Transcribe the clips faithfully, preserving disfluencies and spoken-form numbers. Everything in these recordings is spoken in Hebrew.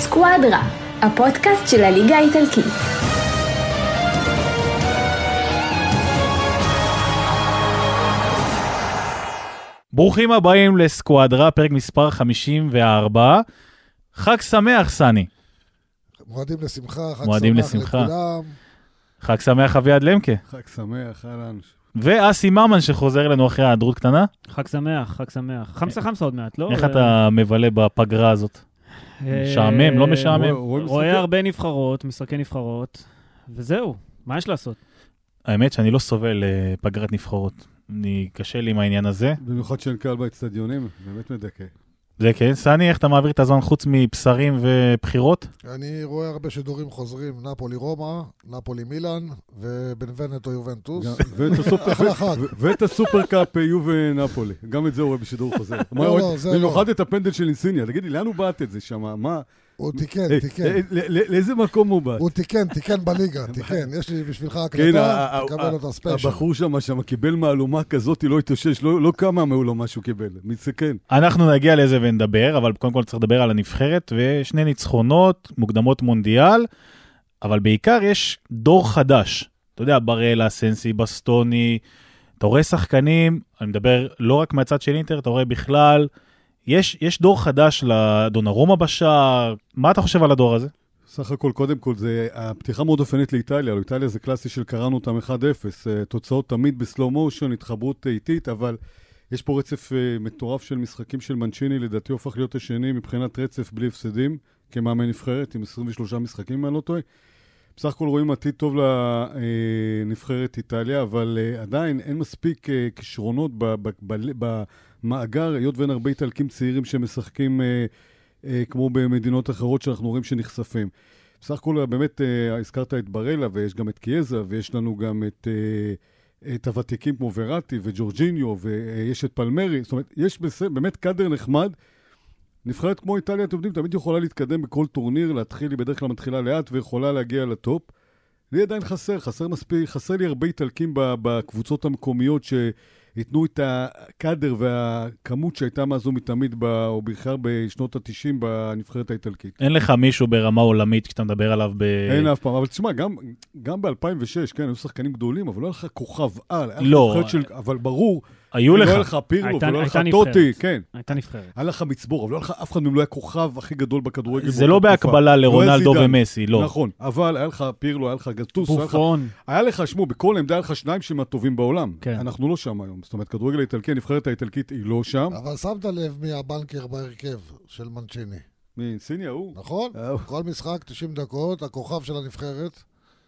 סקואדרה, הפודקאסט של הליגה האיטלקית. ברוכים הבאים לסקואדרה, פרק מספר חמישים וארבע. חג שמח, סני. מועדים לשמחה, חג מועדים שמח לשמחה. לכולם. חג שמח, אביעד למקה. חג שמח, אהלן. ואסי ממן שחוזר אלינו אחרי ההיעדרות קטנה. חג שמח, חג שמח. חמסה חמסה עוד מעט, לא? איך אתה מבלה בפגרה הזאת? משעמם, לא משעמם? רואה הרבה נבחרות, משחקי נבחרות, וזהו, מה יש לעשות? האמת שאני לא סובל פגרת נבחרות. אני קשה לי עם העניין הזה. במיוחד שאין קהל באצטדיונים, באמת מדכא. זה כן. סני, איך אתה מעביר את הזמן חוץ מבשרים ובחירות? אני רואה הרבה שידורים חוזרים, נפולי רומא, נפולי מילאן, ובנבנטו יובנטוס. ואת הסופרקאפ יובה נפולי. גם את זה הוא רואה בשידור חוזר. במיוחד את הפנדל של אינסיניה. תגיד לי, לאן הוא בעט את זה שם? מה? הוא תיקן, תיקן. לאיזה מקום הוא בעט? הוא תיקן, תיקן בליגה, תיקן. יש לי בשבילך הקלטה, תקבל אותה ספיישל. הבחור שם, שם קיבל מהלומה כזאת, לא התאושש, לא כמה מהלומה שהוא קיבל. מתסכן. אנחנו נגיע לזה ונדבר, אבל קודם כל צריך לדבר על הנבחרת, ושני ניצחונות, מוקדמות מונדיאל, אבל בעיקר יש דור חדש. אתה יודע, ברלה, סנסי, בסטוני, אתה רואה שחקנים, אני מדבר לא רק מהצד של אינטר, אתה רואה בכלל, יש, יש דור חדש לדונרומה בשער. מה אתה חושב על הדור הזה? סך הכל, קודם כל, זה הפתיחה מאוד אופנית לאיטליה. איטליה זה קלאסי של קראנו אותם אחד אפס. תוצאות תמיד בסלו מושן, התחברות איטית, אבל יש פה רצף מטורף של משחקים של מנצ'יני, לדעתי הופך להיות השני מבחינת רצף בלי הפסדים, כמאמן נבחרת עם עשרים ושלושה משחקים מה לא טועה. בסך הכל רואים עתיד טוב לנבחרת איטליה, אבל עדיין אין מספיק כישרונות במאגר, היות ואין הרבה איטלקים צעירים שמשחקים כמו במדינות אחרות שאנחנו רואים שנחשפים. בסך הכל באמת הזכרת את ברלה, ויש גם את קיאזה, ויש לנו גם את, את הוותיקים כמו וראטי וג'ורג'יניו, ויש את פלמרי, זאת אומרת, יש באמת קאדר נחמד. נבחרת כמו איטליה, אתם יודעים, תמיד יכולה להתקדם בכל טורניר, להתחיל, היא בדרך כלל מתחילה לאט ויכולה להגיע לטופ. לי עדיין חסר, חסר מספיק, חסר לי הרבה איטלקים בקבוצות המקומיות שיתנו את הקאדר והכמות שהייתה מאז ומתמיד, או בכלל בשנות ה-תשעים בנבחרת האיטלקית. אין לך מישהו ברמה עולמית שאתה מדבר עליו ב... אין אף פעם, אבל תשמע, גם, גם ב-אלפיים ושש, כן, היו שחקנים גדולים, אבל לא היה לך כוכב על. לא. של, אבל ברור, היו לך. לא היה לך פירלו ולא היה לך טוטי, כן. הייתה נבחרת. היה לך מצבור, אבל לא היה לך אף אחד מהם לא היה כוכב הכי גדול בכדורגל. זה לא בהקבלה לרונלדו ומסי, לא. נכון, אבל היה לך פירלו, היה לך גטוס, בופון. היה לך, שמו, בכל עמדה היה לך שניים שהם הטובים בעולם. כן. אנחנו לא שם היום. זאת אומרת, כדורגל האיטלקי, הנבחרת האיטלקית היא לא שם. אבל שמת לב מי הבנקר בהרכב של מנצ'יני. מי, אינסיניה הוא? נכון? כל משחק, תשעים דקות, הכוכב של הנבחרת.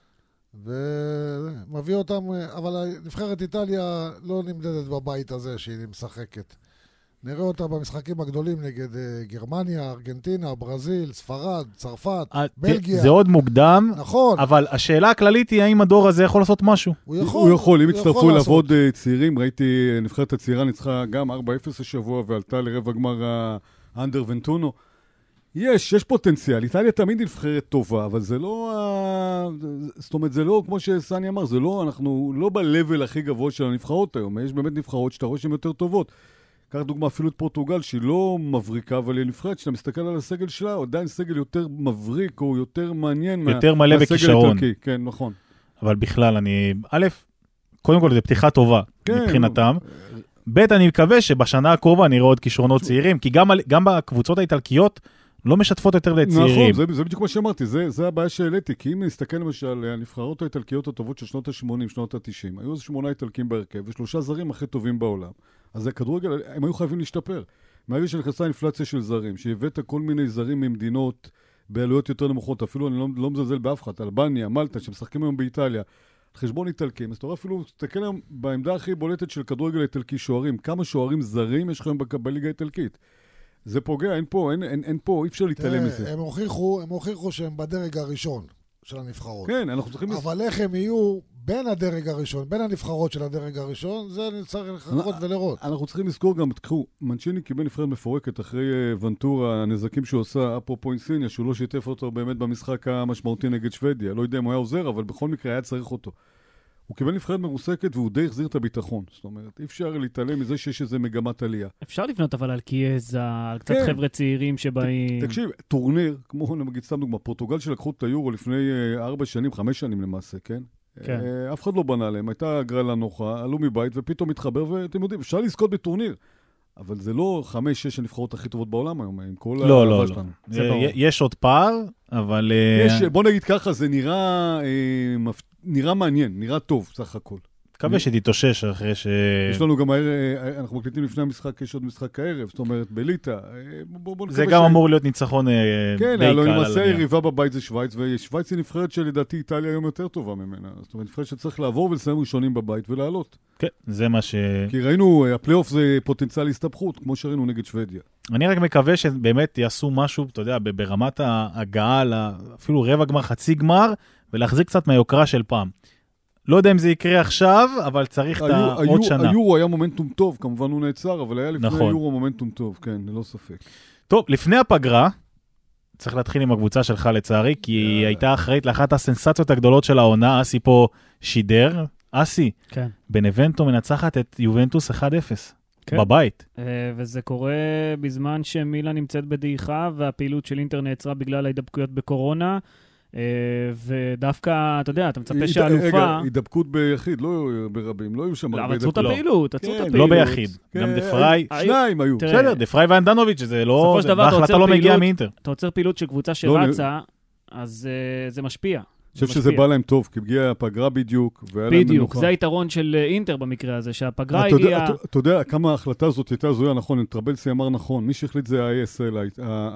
ומביא אותם, אבל נבחרת איטליה לא נמדדת בבית הזה שהיא משחקת. נראה אותה במשחקים הגדולים נגד גרמניה, ארגנטינה, ברזיל, ספרד, צרפת, בלגיה. זה עוד מוקדם, נכון. אבל השאלה הכללית היא האם הדור הזה יכול לעשות משהו. הוא יכול. הוא יכול, אם יצטרפו לעבוד צעירים, ראיתי נבחרת הצעירה ניצחה גם ארבע אפס השבוע ועלתה לרבע גמר האנדר ונטונו. יש, יש פוטנציאל. איטליה תמיד נבחרת טובה, אבל זה לא, זאת אומרת, זה לא, כמו שסני אמר, זה לא, אנחנו לא ב-level הכי גבוה של הנבחרות היום. יש באמת נבחרות שאתה רואה שהן יותר טובות. קח דוגמה אפילו את פורטוגל, שהיא לא מבריקה, אבל היא נבחרת, שאתה מסתכל על הסגל שלה, הוא עדיין סגל יותר מבריק, או יותר מעניין. יותר מלא בכישרון. כן, נכון. אבל בכלל, אני, א', קודם כל, זו פתיחה טובה, כן, מבחינתם. ב', אני מקווה שבשנה הקרובה נראה עוד כישרונות צעירים, כי גם, גם בקבוצות האיטלקיות, לא משתפות יותר לצעירים. נכון, זה, זה בדיוק מה שאמרתי, זה, זה הבעיה שהעליתי, כי אם נסתכל למשל, הנבחרות האיטלקיות הטובות של שנות ה-שמונים, שנות ה-תשעים, היו איזה שמונה איטלקים בהרכב, ושלושה זרים הכי טובים בעולם. אז הכדורגל, הם היו חייבים להשתפר. מהרגע שנכנסה אינפלציה של זרים, שהבאת כל מיני זרים ממדינות בעלויות יותר נמוכות, אפילו אני לא, לא מזלזל באף אחד, אלבניה, מלטה, שמשחקים היום באיטליה, חשבון איטלקים, אז אתה רואה אפילו, תסתכל היום בעמדה הכי בולטת של כדורגל איטלקי שוערים, כמה שוערים זרים יש לכם בליגה האיטלקית. זה פוגע, אין פה, אין, אין, אין פה, אי אפשר להתעלם מזה. הם הוכיחו, הם הוכיחו שהם בדרג הראשון של הנבחרות. כן, אנחנו צריכים... אבל איך הם יהיו בין הדרג הראשון, בין הנבחרות של הדרג הראשון, זה צריך לחכות ולראות. אנחנו צריכים לזכור גם, תקחו, מנצ'יני קיבל נבחרת מפורקת אחרי ונטורה, הנזקים שהוא עושה, אפרופו אינסיניה, שהוא לא שיתף אותו באמת במשחק המשמעותי נגד שוודיה. לא יודע אם הוא היה עוזר, אבל בכל מקרה היה צריך אותו. הוא קיבל נבחרת מרוסקת והוא די החזיר את הביטחון. זאת אומרת, אי אפשר להתעלם מזה שיש איזה מגמת עלייה. אפשר לפנות אבל על קיאזה, על קצת חבר'ה צעירים שבאים... תקשיב, טורניר, כמו נגיד סתם דוגמה, פורטוגל שלקחו את היורו לפני ארבע שנים, חמש שנים למעשה, כן? כן. אף אחד לא בנה להם, הייתה הגרלה נוחה, עלו מבית ופתאום התחבר, ואתם יודעים, אפשר לזכות בטורניר. אבל זה לא חמש, שש הנבחרות הכי טובות בעולם היום, עם כל לא, לא, לא. יש עוד פער, אבל... בוא נגיד ככה, זה נראה מעניין, נראה טוב, סך הכל. מקווה שתתאושש אחרי ש... יש לנו גם, אנחנו מקליטים לפני המשחק, יש עוד משחק הערב, זאת אומרת, בליטה. זה גם אמור להיות ניצחון די קל. כן, למעשה היריבה בבית זה שוויץ, ושוויץ היא נבחרת שלדעתי איטליה היום יותר טובה ממנה. זאת אומרת, נבחרת שצריך לעבור ולסיים ראשונים בבית ולעלות. כן, זה מה ש... כי ראינו, הפלייאוף זה פוטנציאל הסתבכות, כמו שראינו נגד שוודיה. אני רק מקווה שבאמת יעשו משהו, אתה יודע, ברמת ההגעה, אפילו רבע גמר, חצי גמר, ולהחזיר קצת מהיוקרה של פעם. לא יודע אם זה יקרה עכשיו, אבל צריך את עוד שנה. היורו היה מומנטום טוב, כמובן הוא נעצר, אבל היה לפני היורו מומנטום טוב, כן, ללא ספק. טוב, לפני הפגרה, צריך להתחיל עם הקבוצה שלך לצערי, כי היא הייתה אחראית לאחת הסנסציות הגדולות של העונה, אסי פה שידר, אסי, בנבנטו מנצחת את יובנטוס אחד אפס, בבית. וזה קורה בזמן שמילה נמצאת בדעיכה, והפעילות של אינטר נעצרה בגלל ההידבקויות בקורונה, ודווקא, אתה יודע, אתה מצפה שהאלופה... רגע, הידבקות ביחיד, לא ברבים, לא היו שם... לא, אבל עצרו את הפעילות, עצרו את הפעילות. לא ביחיד, גם דפראי... שניים היו. בסדר, דפראי ואנדנוביץ', זה לא... בהחלטה לא מגיע מאינטר. אתה עוצר פעילות של קבוצה שרצה, אז זה משפיע. אני חושב שזה בא להם טוב, כי הגיעה הפגרה בדיוק, בדיוק, זה היתרון של אינטר במקרה הזה, שהפגרה הגיעה... אתה יודע כמה ההחלטה הזאת הייתה זויה, נכון, טרבלסי אמר נכון, מי שהחליט זה ה-איי אס אל,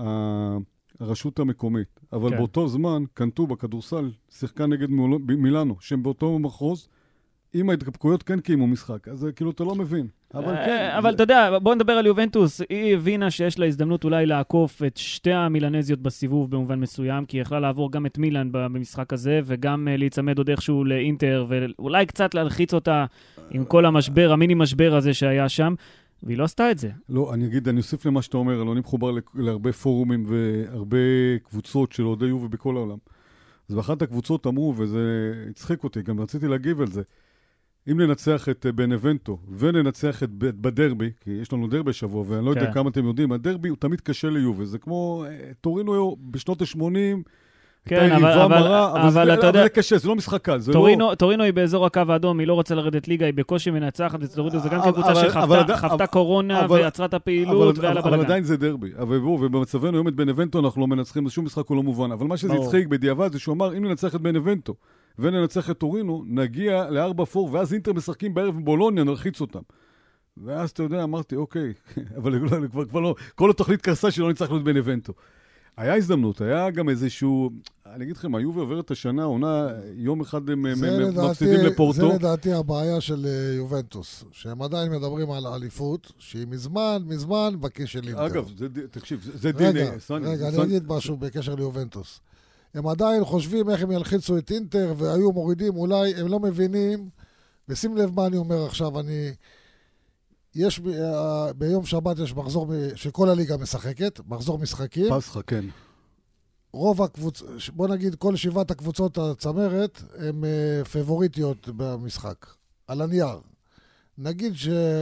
הרשות המקומית, אבל כן. באותו זמן, קנטו בכדורסל, שיחקה נגד מילאנו, שהם באותו מחוז, עם ההתקפקויות כן קיימו משחק, אז כאילו אתה לא מבין. אבל כן. אבל זה... אתה יודע, בוא נדבר על יובנטוס, היא הבינה שיש לה הזדמנות אולי לעקוף את שתי המילנזיות בסיבוב במובן מסוים, כי היא יכלה לעבור גם את מילאן במשחק הזה, וגם להיצמד עוד איכשהו לאינטר, ואולי קצת להלחיץ אותה עם כל המשבר, המיני משבר הזה שהיה שם, והיא לא עשתה את זה. לא, אני אגיד, אני אוסיף למה שאתה אומר, אני מחובר להרבה פורומים והרבה קבוצות של אוהדי יובה בכל העולם. אז באחת הקבוצות אמרו, וזה הצחיק אותי, גם רציתי להגיב על זה, אם ננצח את בנבנטו וננצח את בדרבי, כי יש לנו דרבי שבוע, ואני לא יודע כמה אתם יודעים, הדרבי הוא תמיד קשה ליובה, זה כמו, טורינו בשנות ה-שמונים, כן, אבל, אבל, מרה, אבל, אבל אתה יודע... זה קשה, זה לא משחק קל, זה טורינו, לא... טורינו היא באזור הקו האדום, היא לא רוצה לרדת ליגה, היא בקושי מנצחת, זה גם קבוצה שחפתה קורונה ויצרה את הפעילות ועל הבלגן. אבל עדיין זה דרבי, אבל ובמצבנו היום את בנבנטו אנחנו לא מנצחים, שום משחק הוא לא מובן, אבל מה שזה הצחיק בדיעבד זה שהוא אמר, אם ננצח את בנבנטו וננצח את טורינו, נגיע לארבע פור, ואז אינטר משחקים בערב בבולוניה, נלחיץ אותם. ואז אתה יודע, אמרתי, אוקיי, אבל כבר, כבר לא, כל התוכנית קרסה שלא ניצחנו את בנבנטו. היה הזדמנות, היה גם איזשהו, אני אגיד לכם, היו ועוברת את השנה, עונה, יום אחד הם מפסידים לפורטו. זה לדעתי הבעיה של יובנטוס, שהם עדיין מדברים על האליפות, שהיא מזמן, מזמן בקשר לאינטר. אגב, זה, תקשיב, זה דין... רגע, רגע, אני אגיד משהו בקשר ליובנטוס. הם עדיין חושבים איך הם ילחיצו את אינטר, והיו מורידים, אולי הם לא מבינים, ושים לב מה אני אומר עכשיו, אני... יש, ב, uh, ביום שבת יש מחזור מ, שכל הליגה משחקת, מחזור משחקים. פסחה, כן. רוב הקבוצ... בוא נגיד, כל שבעת הקבוצות הצמרת הן uh, פבוריטיות במשחק, על הנייר. נגיד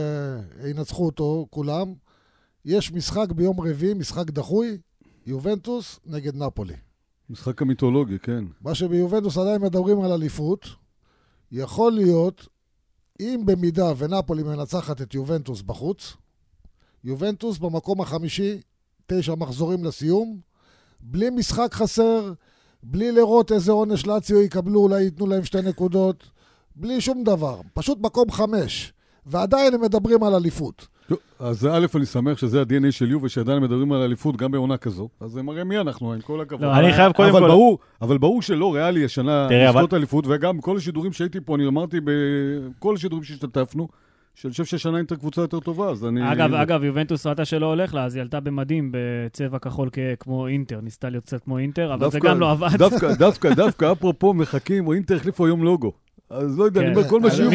שינצחו אותו כולם, יש משחק ביום רביעי, משחק דחוי, יובנטוס נגד נפולי. משחק המיתולוגי, כן. מה שביובנטוס עדיין מדברים על אליפות, יכול להיות... אם במידה ונפולי מנצחת את יובנטוס בחוץ, יובנטוס במקום החמישי, תשע מחזורים לסיום, בלי משחק חסר, בלי לראות איזה עונש לאציו יקבלו, אולי ייתנו להם שתי נקודות, בלי שום דבר, פשוט מקום חמש, ועדיין הם מדברים על אליפות. אז א', אני שמח שזה ה-די אן איי של יובה, שעדיין מדברים על אליפות גם בעונה כזו, אז זה מראה מי אנחנו, עם כל הכבוד. אני חייב קודם כל... ברור, אבל ברור שלא ריאלי השנה לזכות אליפות, וגם כל השידורים שהייתי פה, אני אמרתי בכל השידורים שהשתתפנו, שאני חושב שהשנה אינטר קבוצה יותר טובה, אז אני... אגב, אגב, יובנטוס ראתה שלא הולך לה, אז היא עלתה במדים בצבע כחול כמו אינטר, ניסתה להיות קצת כמו אינטר, אבל זה גם לא עבד. דווקא, דווקא, דווקא, אפרופו מחכים, או אינטר החליפו היום לוגו. אז לא יודע, אני אומר, כל מה שיהיו...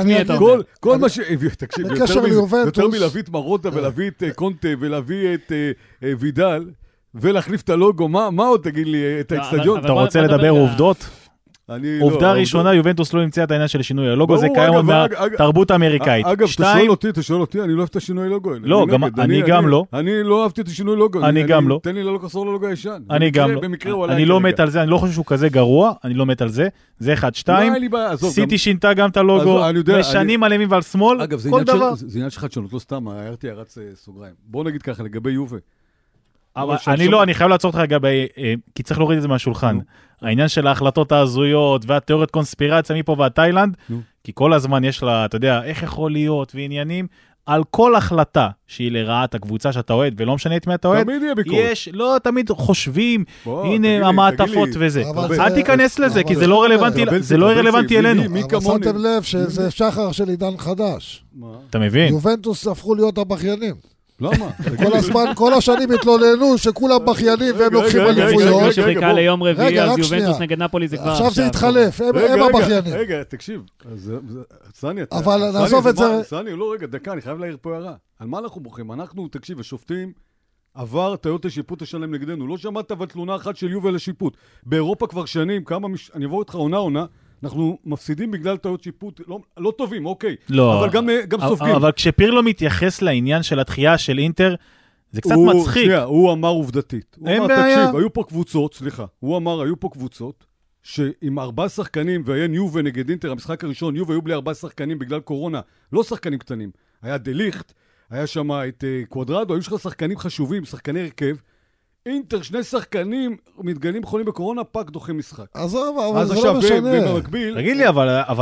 כל מה ש... תקשיב, יותר מלהביא את מרוטה ולהביא את קונטה ולהביא את וידל ולהחליף את הלוגו, מה עוד תגיד לי את האצטדיון? אתה רוצה לדבר עובדות? עובדה ראשונה, יובנטוס לא המציאה את העניין של שינוי הלוגו, זה קיים מהתרבות האמריקאית. אגב, אתה שואל אותי, אתה שואל אותי, אני לא אוהב את השינוי לוגו. לא, אני גם לא. אני לא אהבתי את השינוי לוגו. אני גם לא. תן לי לא לחזור ללוגו הישן. אני גם לא. אני לא מת על זה, אני לא חושב שהוא כזה גרוע, אני לא מת על זה. זה אחד, שתיים. סיטי שינתה גם את הלוגו, משנים על ימין ועל שמאל, כל דבר. זה עניין של חדשנות, לא סתם, הערתי הערת סוגריים. בוא נגיד ככה, לגבי יובה. אני לא, אני חייב לעצור אותך רגע, כי צריך להוריד את זה מהשולחן. העניין של ההחלטות ההזויות והתיאוריות קונספירציה מפה והתאילנד, כי כל הזמן יש לה, אתה יודע, איך יכול להיות ועניינים, על כל החלטה שהיא לרעת הקבוצה שאתה אוהד, ולא משנה את מי אתה אוהד, יש, לא תמיד חושבים, הנה המעטפות וזה. אל תיכנס לזה, כי זה לא רלוונטי, זה לא רלוונטי אלינו. אבל שמתם לב שזה שחר של עידן חדש. אתה מבין? יובנטוס הפכו להיות הבכיינים. למה? כל הזמן, כל השנים התלוננו שכולם בכיינים והם לוקחים אליפויות. מי שחיכה ליום רביעי, אז יובנטוס נגד נפולי זה כבר עכשיו זה התחלף, הם הבכיינים. רגע, תקשיב. סני, אתה... אבל נעזוב את זה... סני, לא רגע, דקה, אני חייב להעיר פה הערה. על מה אנחנו בוחרים? אנחנו, תקשיב, השופטים עבר טעויות השיפוט השלם נגדנו. לא שמעת אבל תלונה אחת של יובל לשיפוט. באירופה כבר שנים, כמה... אני אבוא איתך עונה עונה, אנחנו מפסידים בגלל טעויות שיפוט, לא, לא טובים, אוקיי. לא. אבל גם, גם סופגים. אבל כשפירלו מתייחס לעניין של התחייה של אינטר, זה קצת הוא, מצחיק. שנייה, הוא אמר עובדתית. הוא אמר, בעיה. תקשיב, היו פה קבוצות, סליחה, הוא אמר, היו פה קבוצות, שעם ארבעה שחקנים, והיין יובה נגד אינטר, המשחק הראשון, יובה היו בלי ארבעה שחקנים בגלל קורונה, לא שחקנים קטנים. היה דליכט, היה שם את uh, קוואדרדו, היו שלך שחקנים חשובים, שחקני הרכב, אינטר, שני שחקנים מתגלים חולים בקורונה, פאק דוחה משחק. עזוב, אבל זה לא משנה. במקביל... תגיד לי,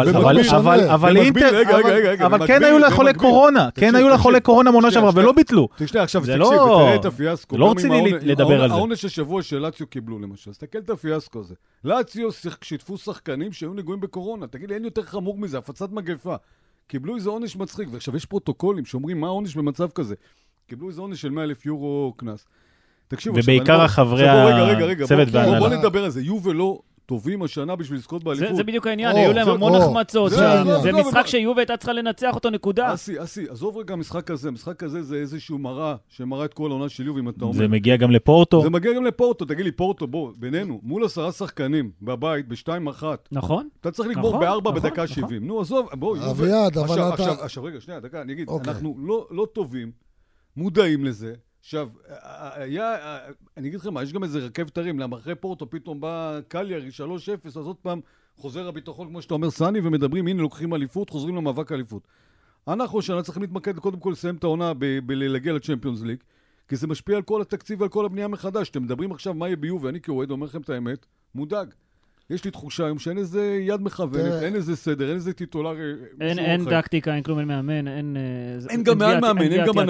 אבל אינטר... אבל כן היו לחולי קורונה. כן היו לחולי קורונה מונה שעברה, ולא ביטלו. תשתה, עכשיו תקשיב, ותראה את הפיאסקו. לא רציני לדבר על זה. העונש השבוע של לאציו קיבלו למשל. אז תקל את הפיאסקו הזה. לאציו שיתפו שחקנים שהיו נגועים בקורונה. תגיד לי, אין יותר חמור מזה, הפצת מגפה. קיבלו איזה עונש מצחיק. ועכשיו יש פרוטוקולים שאומרים מה העונש במצב כזה. קיבלו איזה עונש של מאה אלף יורו קנס. ובעיקר החברי הצוות והנהלה. בוא נדבר על זה, יובל לא טובים השנה בשביל לזכות באליפות. זה בדיוק העניין, היו להם המון החמצות. זה משחק שיובל הייתה צריכה לנצח אותו נקודה. אסי, אסי, עזוב רגע המשחק הזה, המשחק הזה זה איזשהו מראה שמראה את כל העונה של יובל, אם אתה אומר. זה מגיע גם לפורטו? זה מגיע גם לפורטו, תגיד לי פורטו, בוא, בינינו, מול עשרה שחקנים בבית, בשתיים אחת. נכון. אתה צריך לגמור בארבע בדקה שבעים. נו, עזוב, בוא, אביעד, אבל אתה... עכשיו, רגע, שנייה, דקה, אני אגיד, אנחנו לא טובים, מודעים לזה. עכשיו, היה, אני אגיד לכם מה, יש גם איזה רכב תרים, למה אחרי פורטו פתאום בא קליארי שלוש אפס, אז עוד פעם חוזר הביטחון כמו שאתה אומר סני, ומדברים, הנה לוקחים אליפות, חוזרים למאבק אליפות. אנחנו שנה צריכים להתמקד קודם כל לסיים את העונה בלהגיע לצ'מפיונס ליג, כי זה משפיע על כל התקציב ועל כל הבנייה מחדש. אתם מדברים עכשיו מה יהיה ביובה, ואני כאוהד אומר לכם את האמת, מודאג. יש לי תחושה היום שאין איזה יד מכוונת, אין איזה סדר, אין איזה טיטולר... אין טקטיקה, אין כלום, אין מאמן, אין... אין גם מעל מאמן, אין גם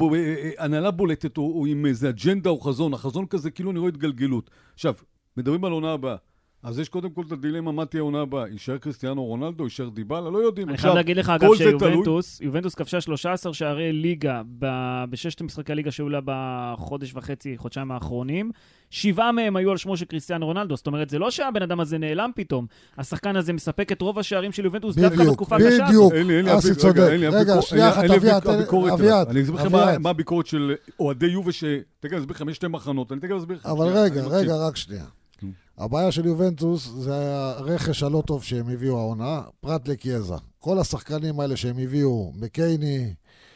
הנהלה בולטת או עם איזה אג'נדה או חזון. החזון כזה כאילו אני רואה התגלגלות. עכשיו, מדברים על עונה הבאה. אז יש קודם כל את הדילמה, מה תהיה עונה הבאה? יישאר קריסטיאנו רונלדו, יישאר דיבאלה? לא יודעים. אני חייב להגיד לך, אגב, שיובנטוס, יובנטוס כבשה שלושה עשר שערי ליגה בששת משחקי הליגה שהיו לה בחודש וחצי, חודשיים האחרונים. שבעה מהם היו על שמו של קריסטיאנו רונלדו. זאת אומרת, זה לא שהבן אדם הזה נעלם פתאום. השחקן הזה מספק את רוב השערים של יובנטוס דווקא בתקופה קשה. בדיוק, בדיוק. אסי צודק. רגע, שנייה אחת, אביעד. אני אסביר לכם מה הביקורת של אוהדי יובה ש... תגיד, אני אסביר לכם, יש שתי מחנות. אני תגיד, אסביר לכם. אבל רגע, רגע, רק שנייה. הבעיה של יובנטוס זה הרכש הלא טוב שהם הביאו העונה, פרט לקיאזה. כל השחקנים האלה שהם הביאו, מקייני,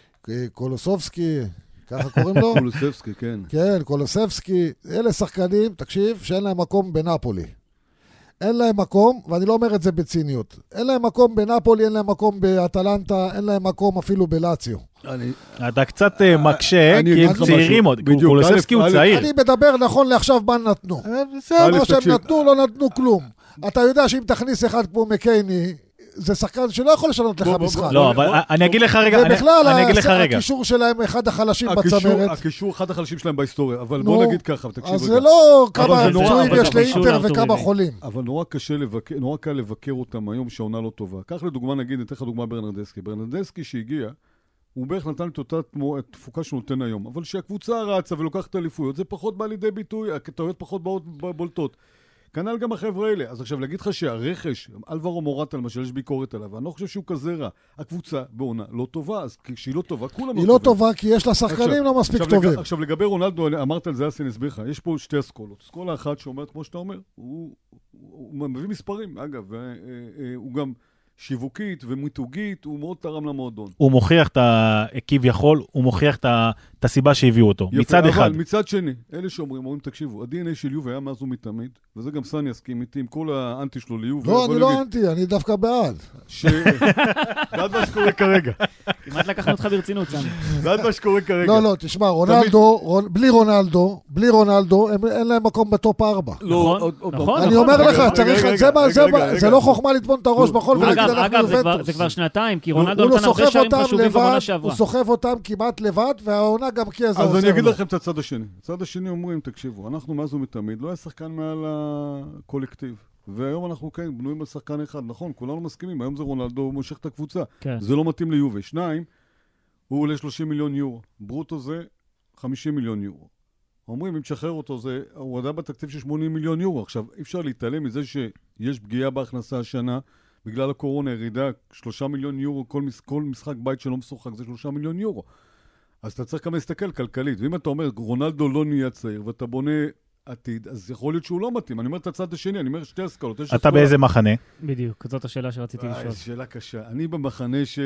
קולוסובסקי, ככה קוראים לו? קולוסבסקי, כן. כן, קולוסבסקי. אלה שחקנים, תקשיב, שאין להם מקום בנאפולי. אין להם מקום, ואני לא אומר את זה בציניות, אין להם מקום בנאפולי, אין להם מקום באטלנטה, אין להם מקום אפילו בלאציו. אתה קצת מקשה, כי הם צעירים עוד, קולוסבסקי הוא צעיר. אני מדבר נכון לעכשיו מה נתנו. מה שהם נתנו, לא נתנו כלום. אתה יודע שאם תכניס אחד כמו מקייני, זה שחקן שלא יכול לשנות לך משחק. לא, אבל אני אגיד לך רגע, אני אגיד לך רגע. הקישור שלהם אחד החלשים בצמרת. הקישור אחד החלשים שלהם בהיסטוריה, אבל בוא נגיד ככה, תקשיב רגע. אז זה לא כמה פצועים יש לאינטר וכמה חולים. אבל נורא קשה לבקר, נורא קל לבקר אותם היום שהעונה לא טובה. כך לדוגמה נגיד, ניתן לך דוגמה ברנרדסקי. ברנרדסקי שהגיע, הוא בערך נתן את אותה תפוקה שנותן היום, אבל שהקבוצה רצה ולוקחת אליפויות, זה פחות בא לידי ביטוי, הטעויות פחות באות בולטות. כנ"ל גם החבר'ה האלה. אז עכשיו, להגיד לך שהרכש, אלברו מורטה, למשל, יש ביקורת עליו, אני לא חושב שהוא כזה רע. הקבוצה בעונה לא טובה, אז כשהיא לא טובה, כולם היא לא טובה, כי יש לה שחקנים לא מספיק טובים. עכשיו, לגבי רונלדו, אמרת על זה, אסי, נסביר לך, יש פה שתי אסכולות. אסכולה אחת שאומרת, כמו שאתה אומר, הוא מביא מספרים, אגב, הוא גם שיווקית ומיתוגית, הוא מאוד תרם למועדון. הוא מוכיח את הכביכול, הוא מוכיח את הסיבה שהביאו אותו, מצד אחד. אבל מצד שני, אלה שאומרים, אומרים, תקשיבו, ה-די אן איי של יובה היה מאז ומתמיד, וזה גם סני יסכים איתי עם כל האנטי שלו ליובה. לא, אני לא אנטי, אני דווקא בעד. בעד מה שקורה כרגע. כמעט לקחנו אותך ברצינות, סני. בעד מה שקורה כרגע. לא, לא, תשמע, רונלדו, בלי רונלדו, בלי רונלדו, אין להם מקום בטופ ארבע. נכון, אני אומר לך, זה לא חוכמה לטמון את הראש בחול. אגב, זה כבר שנתיים, כי רונלדו נתן הרבה שערים חשובים בעונה שעברה. הוא סוחב אותם כמעט לבד, והעונה גם כי זה עוזר. אז אני אגיד לכם את הצד השני. הצד השני אומרים, תקשיבו, אנחנו מאז ומתמיד, לא היה שחקן מעל הקולקטיב. והיום אנחנו כן בנויים על שחקן אחד, נכון, כולנו מסכימים, היום זה רונלדו, הוא מושך את הקבוצה. זה לא מתאים ליובה. שניים, הוא עולה שלושים מיליון יורו. ברוטו זה חמישים מיליון יורו. אומרים, אם תשחרר אותו, זה הורדה בתקציב של שמונים מיליון יורו. עכשיו, אי אפשר להתעלם מזה שיש פגיעה בהכנסה השנה, בגלל הקורונה, ירידה, שלושה מיליון יורו, כל, כל משחק בית שלא משוחק זה שלושה מיליון יורו. אז אתה צריך כמה להסתכל כלכלית. ואם אתה אומר, רונלדו לא נהיה צעיר, ואתה בונה עתיד, אז יכול להיות שהוא לא מתאים. אני אומר את הצד השני, אני אומר שתי הסקלות. אתה הסקולה... באיזה מחנה? בדיוק, זאת השאלה שרציתי לשאול. זו שאלה קשה. אני במחנה ש...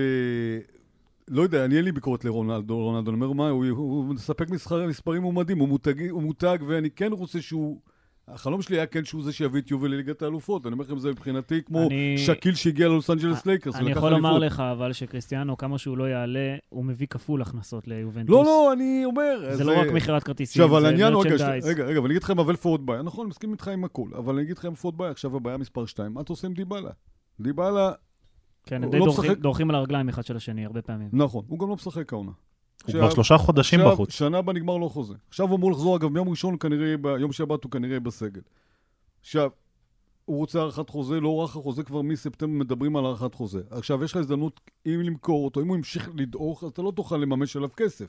לא יודע, אני אין לי ביקורת לרונלדו, רונלדו, אני אומר מה, הוא, הוא מספק מסחר, מספרים מומדים, הוא מותג, הוא מותג, ואני כן רוצה שהוא... החלום שלי היה כן שהוא זה שיביא את יובל לליגת האלופות. אני אומר לכם, זה מבחינתי כמו שקיל שהגיע ללוס אנג'לס לייקרס. אני יכול לומר לך, אבל שקריסטיאנו, כמה שהוא לא יעלה, הוא מביא כפול הכנסות ליובנטוס. לא, לא, אני אומר... זה לא רק מכירת כרטיסים, זה מרצ'נדייז. רגע, רגע, אבל אני אגיד לכם, אבל פורט ביי. נכון, מסכים איתך עם הכל, אבל אני אגיד לכם פורט ביי, עכשיו הבעיה מספר שתיים. מה אתה עושה עם דיבאלה? דיבאלה... כן, הם די דורכים על הרגליים אחד של השני, הרבה פעמים. נכון, הוא גם לא משחק העונה. הוא כבר שלושה חודשים בחוץ. שנה הבא נגמר לו חוזה. עכשיו הוא אמור לחזור, אגב, ביום ראשון כנראה, ביום שבת הוא כנראה בסגל. עכשיו, הוא רוצה הערכת חוזה, לא ערך החוזה, כבר מספטמבר מדברים על הערכת חוזה. עכשיו, יש לך הזדמנות, אם למכור אותו, אם הוא ימשיך לדעוך, אז אתה לא תוכל לממש עליו כסף.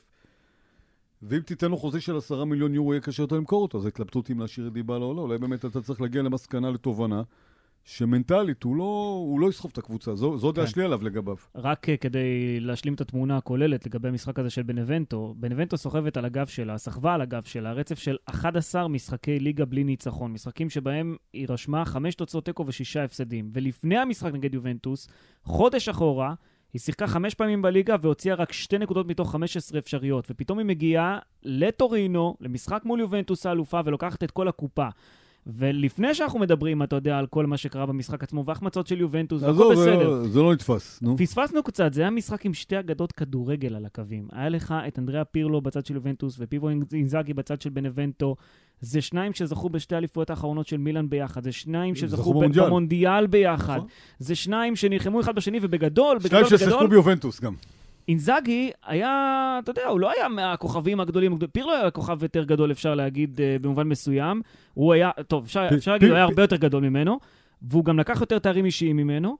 ואם תיתן לו חוזה של עשרה מיליון יורו, יהיה קשה יותר למכור אותו, אז התלבטות אם להשאיר את דיבאלה או לא. אולי באמת אתה צריך להגיע למסקנה, לתובנה, שמנטלית הוא לא, הוא לא יסחוב את הקבוצה, זו, זו דעה שלי עליו לגביו. רק כדי להשלים את התמונה הכוללת לגבי המשחק הזה של בנבנטו, בנבנטו סוחבת על הגב שלה, סחבה על הגב שלה, רצף של אחד עשר משחקי ליגה בלי ניצחון, משחקים שבהם היא רשמה חמש תוצאות תיקו ושישה הפסדים, ולפני המשחק נגד יובנטוס, חודש אחורה, היא שיחקה חמש פעמים בליגה והוציאה רק שתי נקודות מתוך חמש עשרה אפשריות, ופתאום היא מגיעה לטורינו, למשחק מול יובנטוס האלופה, ולוקחת את כל הקופה. ולפני שאנחנו מדברים, אתה יודע, על כל מה שקרה במשחק עצמו, והחמצות של יובנטוס, והכל בסדר. זה לא נתפס, נו. פספסנו קצת, זה היה משחק עם שתי אגדות כדורגל על הקווים. היה לך את אנדריאה פירלו בצד של יובנטוס, ופיבו אינזאגי בצד של בנבנטו. זה שניים שזכו בשתי אליפויות האחרונות של מילאן ביחד. זה שניים שזכו במונדיאל ביחד. זה שניים שנלחמו אחד בשני, ובגדול, שניים ששיחקו ביובנטוס גם. אינזאגי היה, אתה יודע, הוא לא היה מהכוכבים הגדולים, פירלו היה כוכב יותר גדול, אפשר להגיד, במובן מסוים. הוא היה, טוב, אפשר, אפשר להגיד, הוא היה הרבה יותר גדול ממנו, והוא גם לקח יותר תארים אישיים ממנו,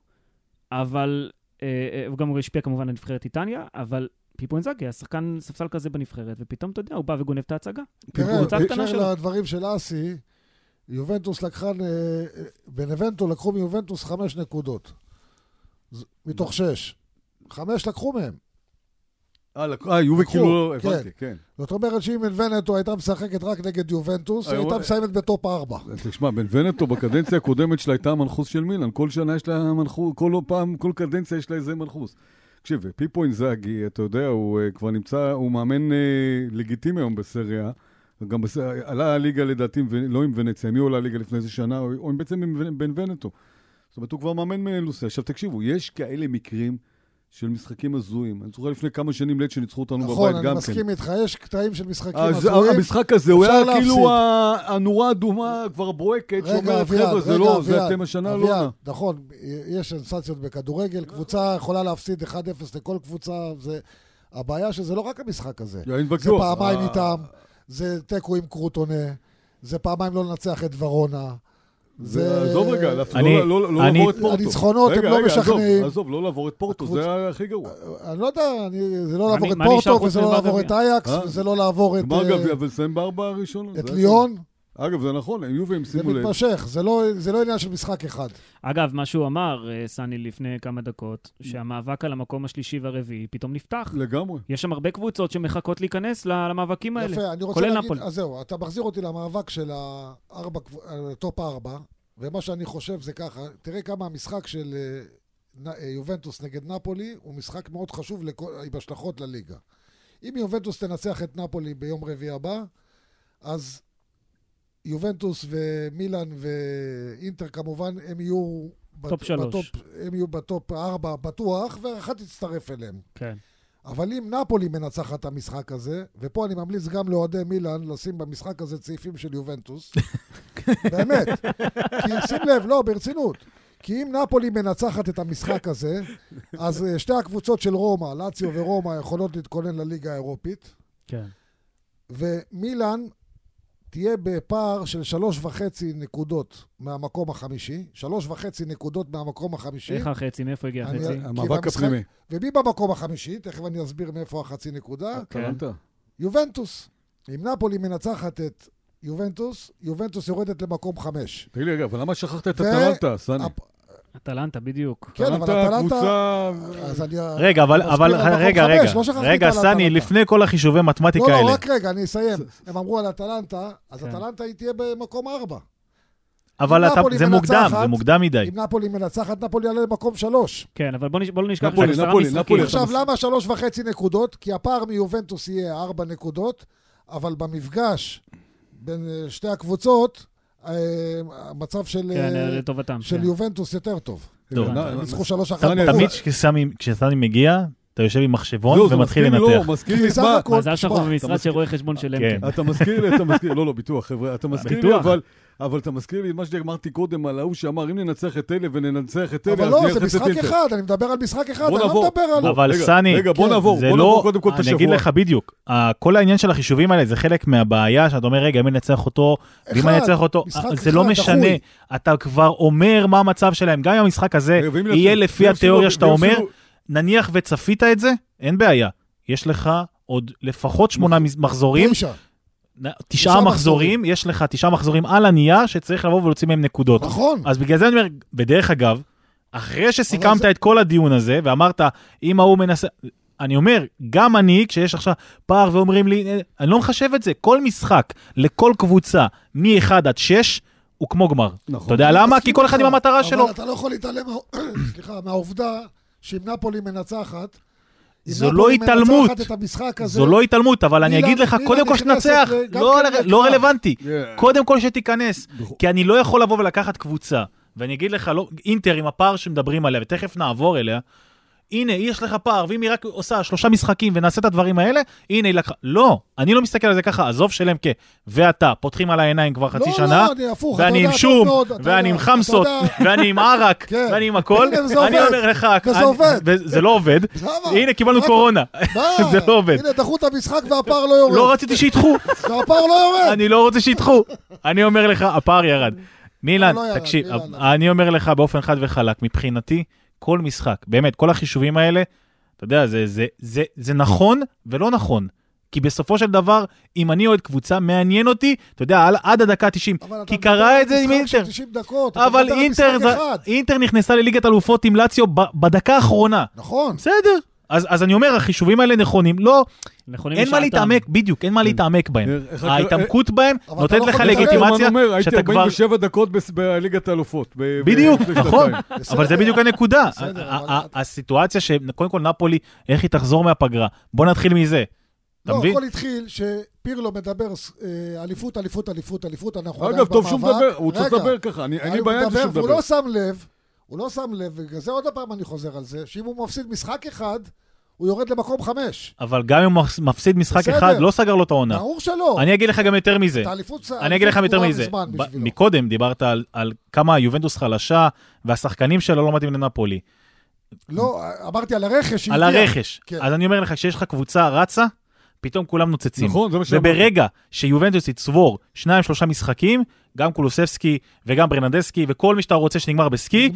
אבל, הוא גם השפיע כמובן על נבחרת איטליה, אבל פיפו אינזאגי היה שחקן ספסל כזה בנבחרת, ופתאום, אתה יודע, הוא בא וגונב את ההצגה. תראה, בהקשר לדברים של אסי, יובנטוס לקחה, בנבנטו לקחו מיובנטוס חמש נקודות, מתוך שש. חמש לקחו מהם. אה, יובי כאילו, הבנתי, כן. זאת אומרת שאם בנבנטו הייתה משחקת רק נגד יובנטוס, היא הייתה מסיימת בטופ ארבע. תשמע, בנבנטו בקדנציה הקודמת שלה הייתה מנחוס של מילאן. כל שנה יש לה מנחוס, כל פעם, כל קדנציה יש לה איזה מנחוס. תקשיב, פיפו אינזאגי, אתה יודע, הוא כבר נמצא, הוא מאמן לגיטימי היום בסריה. גם עלה הליגה לדעתי, לא עם ונציה, מי עולה הליגה לפני איזה שנה, או בעצם עם בנבנטו. זאת אומרת, הוא כבר מאמן מלוסה. עכשיו תקשיבו, יש כאלה מקרים של משחקים הזויים. אני זוכר לפני כמה שנים לית שניצחו אותנו בבית גם כן. נכון, אני מסכים איתך, יש קטעים של משחקים הזויים. המשחק הזה, הוא היה כאילו הנורה האדומה כבר ברועקת, שאומרת, חבר'ה, זה לא, זה אתם השנה לא. נכון, יש סנסציות בכדורגל, קבוצה יכולה להפסיד אחד אפס לכל קבוצה, הבעיה שזה לא רק המשחק הזה. זה פעמיים איתם, זה טקו עם קרוטונה, זה פעמיים לא לנצח את ורונה. עזוב רגע, לא לעבור את פורטו. הניצחונות הם לא משכנעים. עזוב, לא לעבור את פורטו, זה הכי גרוע. אני לא יודע, זה לא לעבור את פורטו, וזה לא לעבור את אייקס, וזה לא לעבור את... גמר גביע, ולסיים בארבע הראשון. את ליון. אגב, זה נכון, יובה הם זה שימו לב. מתמשך, זה לא, זה לא עניין של משחק אחד. אגב, מה שהוא אמר, סני, לפני כמה דקות, שהמאבק על המקום השלישי והרביעי פתאום נפתח. לגמרי. יש שם הרבה קבוצות שמחכות להיכנס למאבקים האלה. יפה, אני רוצה כולל להגיד, נפולי. אז זהו, אתה מחזיר אותי למאבק של הארבע, הטופ ארבע, ומה שאני חושב זה ככה, תראה כמה המשחק של יובנטוס נגד נפולי, הוא משחק מאוד חשוב עם השלכות לליגה. אם יובנטוס תנצח את נפולי ביום רביעי הבא, אז יובנטוס ומילאן ואינטר כמובן הם יהיו טופ שלוש. בטופ, הם יהיו בטופ ארבע בטוח, ואחת תצטרף אליהם. כן. אבל אם נפולי מנצחת את המשחק הזה, ופה אני ממליץ גם לאוהדי מילאן לשים במשחק הזה צעיפים של יובנטוס, באמת, כי שים לב, לא, ברצינות, כי אם נפולי מנצחת את המשחק הזה, אז שתי הקבוצות של רומא, לאציו ורומא, יכולות להתכונן לליגה האירופית, כן. ומילאן תהיה בפער של שלוש וחצי נקודות מהמקום החמישי, שלוש וחצי נקודות מהמקום החמישי. איך החצי? מאיפה הגיע החצי? המאבק הפנימי. ומי במקום החמישי? תכף אני אסביר מאיפה החצי נקודה. אטלנטה. יובנטוס. אם נפולי מנצחת את יובנטוס, יובנטוס יורדת למקום חמש. תגיד לי, רגע, אבל למה שכחת את אטלנטה, סני? אטלנטה, בדיוק. כן, אבל אטלנטה קבוצה... רגע, אבל רגע, רגע, רגע, סני, לפני כל החישובי מתמטיקה האלה. לא, לא, רק רגע, אני אסיים. הם אמרו על אטלנטה, אז אטלנטה היא תהיה במקום ארבע. אבל זה מוקדם, זה מוקדם מדי. אם נפולי מנצחת, נפולי יעלה למקום שלוש. כן, אבל בוא לא נשכח נפולי, נפולי, נפולי. עכשיו, למה שלוש וחצי נקודות? כי הפער מיובנטוס יהיה ארבע נקודות, אבל במפגש בין שתי הקבוצות, המצב של יובנטוס יותר טוב. הם ניצחו שלוש אחת. תמיד כשסני מגיע, אתה יושב עם מחשבון ומתחיל לנתח. מזל שאנחנו במשרד שרואה חשבון של אמקן. אתה מזכיר לי, אתה מזכיר, לא, לא, ביטוח, חבר'ה, אתה מזכיר לי, אבל... אבל אתה מזכיר לי מה שאמרתי קודם על ההוא שאמר, אם ננצח את אלה וננצח את אלה, אבל לא, זה משחק אחד, אני מדבר על משחק אחד, אני לא מדבר על... אבל סני, רגע, בוא נעבור, בוא נעבור קודם כל את השבוע. אני אגיד לך בדיוק, כל העניין של החישובים האלה זה חלק מהבעיה, שאתה אומר, רגע, אם ננצח אותו, ואם ננצח אותו, זה לא משנה, אתה כבר אומר מה המצב שלהם, גם אם המשחק הזה יהיה לפי התיאוריה שאתה אומר, נניח וצפית את זה, אין בעיה. יש לך עוד לפחות שמונה מחזורים, תשעה מחזורים, יש לך תשעה מחזורים על הנייר שצריך לבוא ולהוציא מהם נקודות. נכון. אז בגלל זה אני אומר, בדרך אגב, אחרי שסיכמת את כל הדיון הזה, ואמרת, אם ההוא מנסה, אני אומר, גם אני, כשיש עכשיו פער ואומרים לי, אני לא מחשב את זה, כל משחק, לכל קבוצה, מ-אחד עד שש, הוא כמו גמר. אתה יודע למה? כי כל אחד עם המטרה שלו. אבל אתה לא יכול להתעלם מהעובדה שאם נפולי מנצחת, זו לא התעלמות, זו לא התעלמות, אבל אני אגיד לך, קודם כל שתנצח, לא רלוונטי, קודם כל שתיכנס, כי אני לא יכול לבוא ולקחת קבוצה, ואני אגיד לך, אינטר עם הפער שמדברים עליה, ותכף נעבור אליה, הנה, יש לך פער, ואם היא רק עושה שלושה משחקים ונעשה את הדברים האלה, הנה היא לקחה. לא, אני לא מסתכל על זה ככה, עזוב שלם כ... ואתה, פותחים על העיניים כבר חצי שנה, ואני עם שום, ואני עם חמסות, ואני עם ערק, ואני עם הכל, אני אומר לך, וזה לא עובד, הנה, קיבלנו קורונה, זה לא עובד. הנה, דחו את המשחק והפער לא יורד. לא רציתי שיתחו. והפער לא יורד. אני לא רוצה שיתחו. אני אומר לך, הפער ירד. מילן, תקשיב, אני אומר לך באופן חד וחלק, מבחינתי, כל משחק, באמת, כל החישובים האלה, אתה יודע, זה, זה, זה, זה נכון ולא נכון. כי בסופו של דבר, אם אני אוהד קבוצה, מעניין אותי, אתה יודע, עד הדקה תשעים, כי קרה את זה עם אינטר. אבל אינטר, אינטר נכנסה לליגת אלופות עם לאציו בדקה האחרונה. נכון. בסדר. אז, אז אני אומר, החישובים האלה נכונים, לא, אין מה להתעמק, בדיוק, אין מה להתעמק בהם. ההתעמקות בהם נותנת לך לגיטימציה שאתה כבר... הייתי ארבעים ושבע דקות בליגת האלופות. בדיוק, נכון, אבל זה בדיוק הנקודה. הסיטואציה שקודם כל נפולי, איך היא תחזור מהפגרה? בוא נתחיל מזה. לא, הכל התחיל שפירלו מדבר אליפות, אליפות, אליפות, אליפות, אגב, טוב שהוא מדבר, הוא צריך לדבר ככה, אני בעיה שהוא מדבר. הוא לא שם לב, הוא לא שם לב, ובגלל זה עוד הפעם אני חוזר על זה, שאם הוא מפסיד משחק אחד, הוא יורד למקום חמש. אבל גם אם הוא מפסיד משחק אחד, לא סגר לו את העונה. ברור שלא. אני אגיד לך גם יותר מזה. אני אגיד לך יותר מזה. מקודם דיברת על כמה יובנטוס חלשה, והשחקנים שלו לא מתאים לנפולי. לא, אמרתי על הרכש. על הרכש. אז אני אומר לך, כשיש לך קבוצה רצה, פתאום כולם נוצצים. נכון, זה מה שאמרתי. וברגע שיובנטוס יצבור שניים, שלושה משחקים, גם קולוספסקי וגם ברנדסקי, וכל מי שאתה רוצה שנגמר בסקי,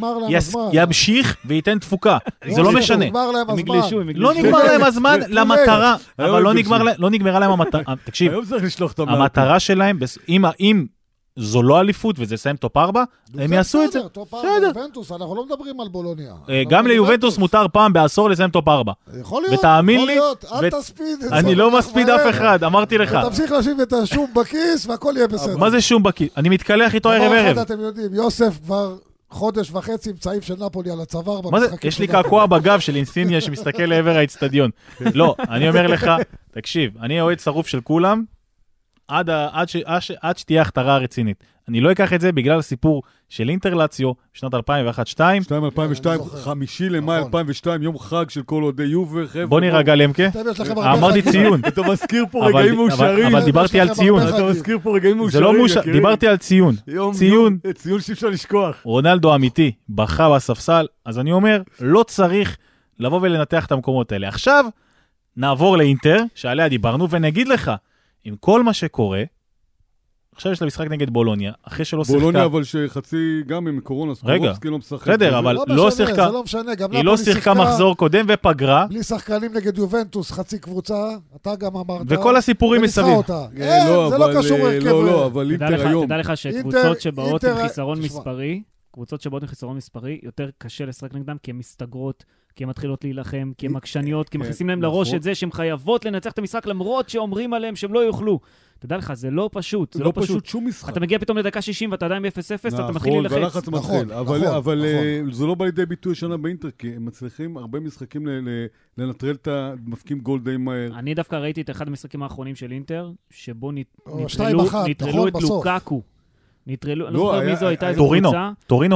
ימשיך וייתן תפוקה. זה לא משנה. נגמר להם הזמן. לא נגמר להם הזמן למטרה, אבל לא נגמרה להם המטרה. תקשיב, המטרה שלהם, אם זו לא אליפות וזה סיים טופ ארבע, הם יעשו את זה. טופ ארבע, יובנטוס, אנחנו לא מדברים על בולוניה. גם ליובנטוס מותר פעם בעשור לסיים טופ ארבע. יכול להיות, ותאמין יכול לי, להיות, אל תספיד את זה. אני לא מספיד אף אחד, אמרתי לך. ותמשיך להשיב את השום בכיס והכל יהיה בסדר. מה זה שום בכיס? אני מתקלח איתו ערב ערב. אתם יודעים, יוסף כבר חודש וחצי עם צעיף של נפולי על הצוואר במשחקים. יש לי קעקוע בגב של אינסיניה שמסתכל לעבר האצטדיון. לא, אני אומר לך, תקשיב, אני אוהד שרוף של כולם, עד, עד, ש, עד, עד שתהיה הכתרה רצינית. אני לא אקח את זה בגלל הסיפור של אינטרלציו, בשנת אלפיים ואחת שתיים. שתיים אלפיים ושתיים, חמישי למאי אלפיים ושתיים, יום חג של כל אוהדי יובה, חבר'ה. בוא נרגע למקה. אמרתי ציון. אתה מזכיר פה רגעים מאושרים. אבל דיברתי על ציון. אתה מזכיר פה רגעים מאושרים. זה לא מאושר, דיברתי על ציון. ציון. ציון שאפשר לשכוח. רונלדו אמיתי, בכה בספסל, אז אני אומר, לא צריך לבוא ולנתח את המקומות האלה. עכשיו, נעבור לאינטר, שעליה דיברנו, ונגיד לך, עם כל מה שקורה, עכשיו יש לה משחק נגד בולוניה, אחרי שלא שיחקה... בולוניה אבל שחצי גם עם קורונה, סקורובסקי לא משחק. בסדר, אבל לא שיחקה... זה לא משנה, גם היא לא שיחקה מחזור קודם ופגרה. בלי שחקנים נגד יובנטוס, חצי קבוצה, אתה גם אמרת... וכל הסיפורים מסביב. זה לא קשור הרכב. לא, לא, אבל אינטר היום... תדע לך שקבוצות שבאות עם חיסרון מספרי, קבוצות שבאות עם חיסרון מספרי, יותר קשה לשחק נגדם, כי הן מסתגרות, כי הן מתחילות להילחם, כי הן עקשניות, כי הן מכניסים להם לראש את זה שהן חייבות לנצח את המשחק, למרות שאומרים עליהם שהם לא יוכלו. תדע לך, זה לא פשוט, זה לא פשוט. שום משחק. אתה מגיע פתאום לדקה שישים ואתה עדיין ב-אפס אפס, אתה מתחיל נכון, להילחץ. והלחץ מתחיל. אבל זה לא בא לידי ביטוי שנה באינטר, כי הם מצליחים הרבה משחקים לנטרל את המפקים גול די מהר. אני דווקא ראיתי את אחד המשחקים האחרונים של אינטר, שבו נטרלו את לוקאקו. נטרלו, אני לא זוכר מי זו הייתה איזו קבוצה. טורינו.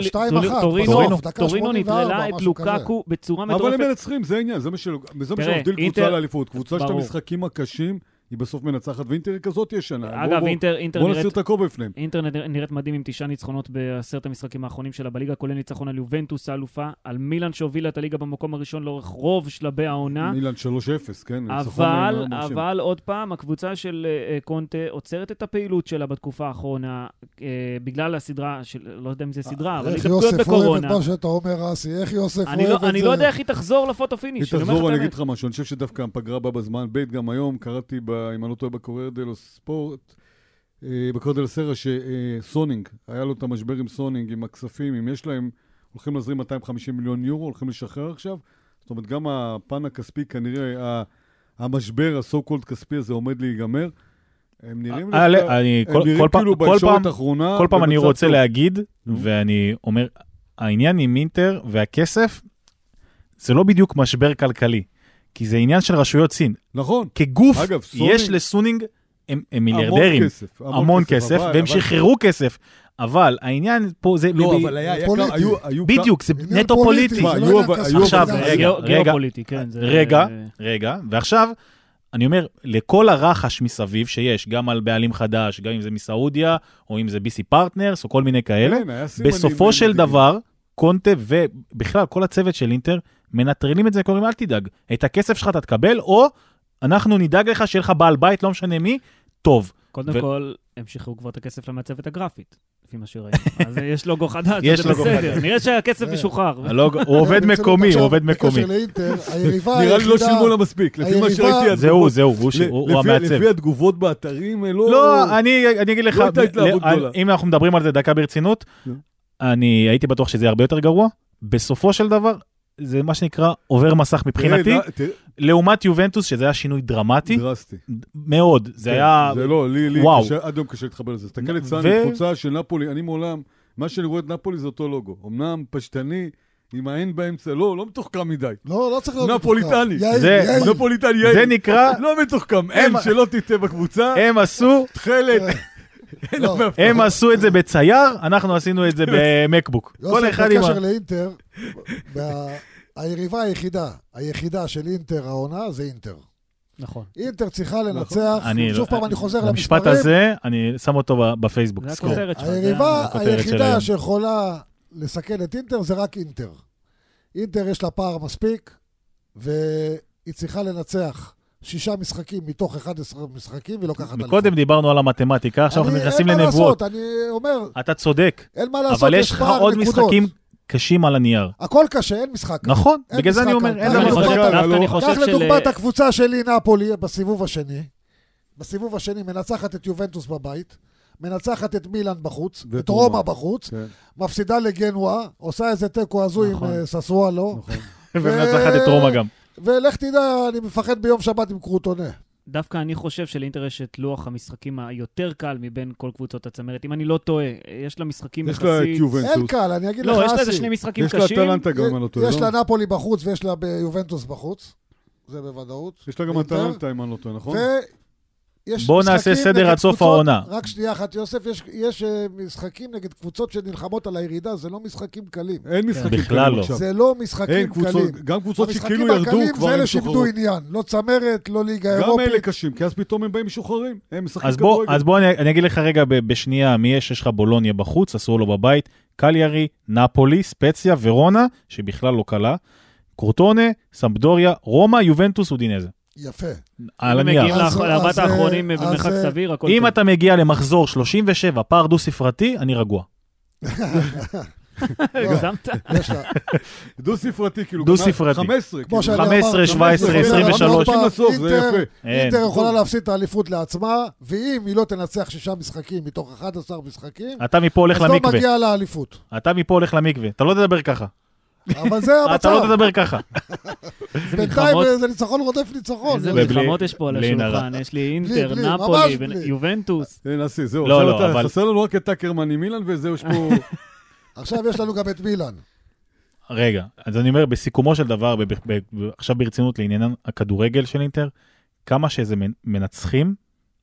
טורינו נטרלה את לוקאקו בצורה מטורפת. אבל הם מנצחים, זה העניין, זה מה שמבדיל קבוצה לאליפות. קבוצה של המשחקים הקשים, היא בסוף מנצחת, ואינטר כזאת ישנה. אגב, אינטר בוא נסיר את הקור בפניהם. אינטר נראית מדהים עם תשעה ניצחונות בעשרת המשחקים האחרונים שלה בליגה, כולל ניצחון על יובנטוס האלופה, על מילאן שהובילה את הליגה במקום הראשון לאורך רוב שלבי העונה. מילאן שלוש אפס, כן. אבל, אבל עוד פעם, הקבוצה של קונטה עוצרת את הפעילות שלה בתקופה האחרונה, בגלל הסדרה, לא יודע אם זה סדרה, אבל איך יוסף אוהב את מה שאתה אומר, רסי? איך יוסף אוהב את זה? אני לא יודע איך היא תחזור לפוטו פיניש. היא תחזור, אני אגיד לך משהו, אני חושב שדווקא הפגרה בא בזמן, בית גם היום, קראתי אם אני לא טועה בקורייר דלו ספורט, בקורייר דלו סרה, שסונינג, היה לו את המשבר עם סונינג, עם הכספים, אם יש להם, הולכים להזרים מאתיים וחמישים מיליון יורו, הולכים לשחרר עכשיו, זאת אומרת, גם הפן הכספי, כנראה, המשבר, הסו-קולד כספי הזה עומד להיגמר, הם נראים כאילו בישורת האחרונה. כל פעם אני רוצה להגיד, ואני אומר, העניין עם אינטר והכסף, זה לא בדיוק משבר כלכלי. כי זה עניין של רשויות סין. נכון. כגוף, אגב, יש לסונינג, הם, הם מיליארדרים. המון כסף. המון, המון כסף, כסף אבל, והם אבל... שחררו כסף. אבל העניין פה זה... לא, ב... אבל היה... היה פוליטי. היו, היו בדיוק, זה נטו פוליטי. פוליטי. לא עכשיו, רגע, רגע, כן, זה... רגע, רגע, ועכשיו, אני אומר, לכל הרחש מסביב שיש, גם על בעלים חדש, גם אם זה מסעודיה, או אם זה בי סי פרטנרס, או כל מיני כאלה, בסופו של דבר, קונטה ובכלל כל הצוות של אינטר, מנטרלים את זה, קוראים, אל תדאג. את הכסף שלך אתה תקבל, או אנחנו נדאג לך שיהיה לך בעל בית, לא משנה מי, טוב. קודם כל, הם שחררו כבר את הכסף למעצבת הגרפית, לפי מה שראינו. אז יש לוגו חדש, זה בסדר. נראה שהכסף משוחרר. הוא עובד מקומי, הוא עובד מקומי. נראה לי לא שילמו לה מספיק, לפי מה שראיתי. זהו, זהו, הוא המעצב. לפי התגובות באתרים, לא... לא, אני אגיד לך, אם אנחנו מדברים על זה דקה ברצינות, אני הייתי בטוח שזה הרבה יותר גרוע. בסופו של דבר, זה מה שנקרא עובר מסך מבחינתי, לעומת יובנטוס, שזה היה שינוי דרמטי. דרסטי. מאוד, זה היה... זה לא, לי, לי, עד יום קשה להתחבר לזה. תסתכל את סאני, קבוצה של נפולי, אני מעולם, מה שאני רואה את נפולי זה אותו לוגו. אמנם פשטני, עם האין באמצע, לא, לא מתוחכם מדי. לא, לא צריך להיות נפוליטני. נפוליטני, יאי. זה נקרא... לא מתוחכם, אין שלא תיתה בקבוצה. הם עשו... תחלת. הם עשו את זה בצייר, אנחנו עשינו את זה במקבוק. כל אחד עם... בקשר לאינטר, היריבה היחידה, היחידה של אינטר העונה זה אינטר. נכון. אינטר צריכה לנצח, שוב פעם אני חוזר למספרים. המשפט הזה, אני שם אותו בפייסבוק. היריבה היחידה שיכולה לסכן את אינטר זה רק אינטר. אינטר יש לה פער מספיק, והיא צריכה לנצח שישה משחקים מתוך אחד עשר משחקים, ולא ככה... מקודם דיברנו על המתמטיקה, עכשיו אנחנו נכנסים לנבואות. אני אומר... אתה צודק. אין מה לעשות, אבל יש לך עוד משחקים קשים על הנייר. הכל קשה, אין משחק. נכון, בגלל זה אני אומר, אין משחק. כך לדוגמת הקבוצה שלי, נאפולי, בסיבוב השני. בסיבוב השני מנצחת את יובנטוס בבית. מנצחת את מילאן בחוץ, ואת את רומא רומא. בחוץ, כן. מפסידה לגנואה, עושה איזה טקו הזוי נכון. עם אה, ססואלו, נכון. ומנצחת את רומא גם. ולך תדע, אני מפחד ביום שבת עם קרוטונה. דווקא אני חושב שלאינטר יש את לוח המשחקים היותר קל מבין כל קבוצות הצמרת. אם אני לא טועה, יש לה משחקים יש לה את יחסית... אין יובנטוס. קל, אני אגיד לך, לא, יש לה איזה אסי, שני משחקים יש לה קשים. טלנטה גם, אם אני לא טועה. יש לא? לה נפולי בחוץ ויש לה ביובנטוס בחוץ, זה בוודאות. יש לה גם אינטר. טלנטה, אם אני לא טועה, נכון? ויש בוא משחקים נעשה סדר נגד עד סוף קבוצות- העונה. רק שנייה אחת, יוסף, יש, יש אה, משחקים נגד קבוצות שנלחמות על הירידה, זה לא משחקים קלים. אין משחקים בכלל קלים לא. עכשיו. זה לא משחקים אין קבוצות, קלים. גם קבוצות המשחקים שכאילו ירדו הקלים כבר זה הם אלה שאיבדו משוחררות. עניין. לא צמרת, לא ליגה גם אירופית. אלה קשים, כי אז פתאום הם באים משוחררים. הם משחקים אז בוא, כדורגל. אז בוא אני, אני אגיד לך רגע ב- בשנייה, מי יש? יש לך בולוניה בחוץ, אסור לו בבית, קליארי, נפולי, ספציה, ורונה, שבכלל לא קלה, קורטונה, סמפדוריה, רומא, יובנטוס ודינזה. יפה. על אם מגיעים הנייר. אז- לארבעת אז, האחרונים אז, במרחק אז, סביר, הכל אם טוב. אתה מגיע למחזור שלושים ושבע, פער דו-ספרתי, אני רגוע. הגזמת? יש לה. דו ספרתי, כאילו. דו גם ספרתי. חמש עשרה. כמו כאילו. שאני חמש עשרה, אמרתי, שבע עשרה, עשרים ושלוש. הולכים לסוף, זה אינטר- יפה. אין. אינטר יכולה להפסיד את האליפות לעצמה, ואם היא לא תנצח שישה משחקים מתוך אחד עשר משחקים, אתה מפה הולך אז לא למקווה. מגיע לאליפות. אתה מפה הולך למקווה. אתה לא תדבר ככה. אבל זה אתה לא המצב. תדבר ככה. איזה בינתיים מלחמות- זה ניצחון רודף ניצחון. איזה ובלי- מלחמות יש פה על בלי השולחן. יש לי אינטר, בלי, ממש נפולי, בלי. יובנטוס. אין, אסי, זהו. לא, עכשיו לא, אתה- אבל- חסר לנו רק את טאקרמן עם מילאן, וזהו, יש פה... עכשיו יש לנו גם את מילאן. רגע, אז אני אומר, בסיכומו של דבר, ב- ב- ב- עכשיו ברצינות לעניין הכדורגל של אינטר, כמה שזה מנ- מנצחים,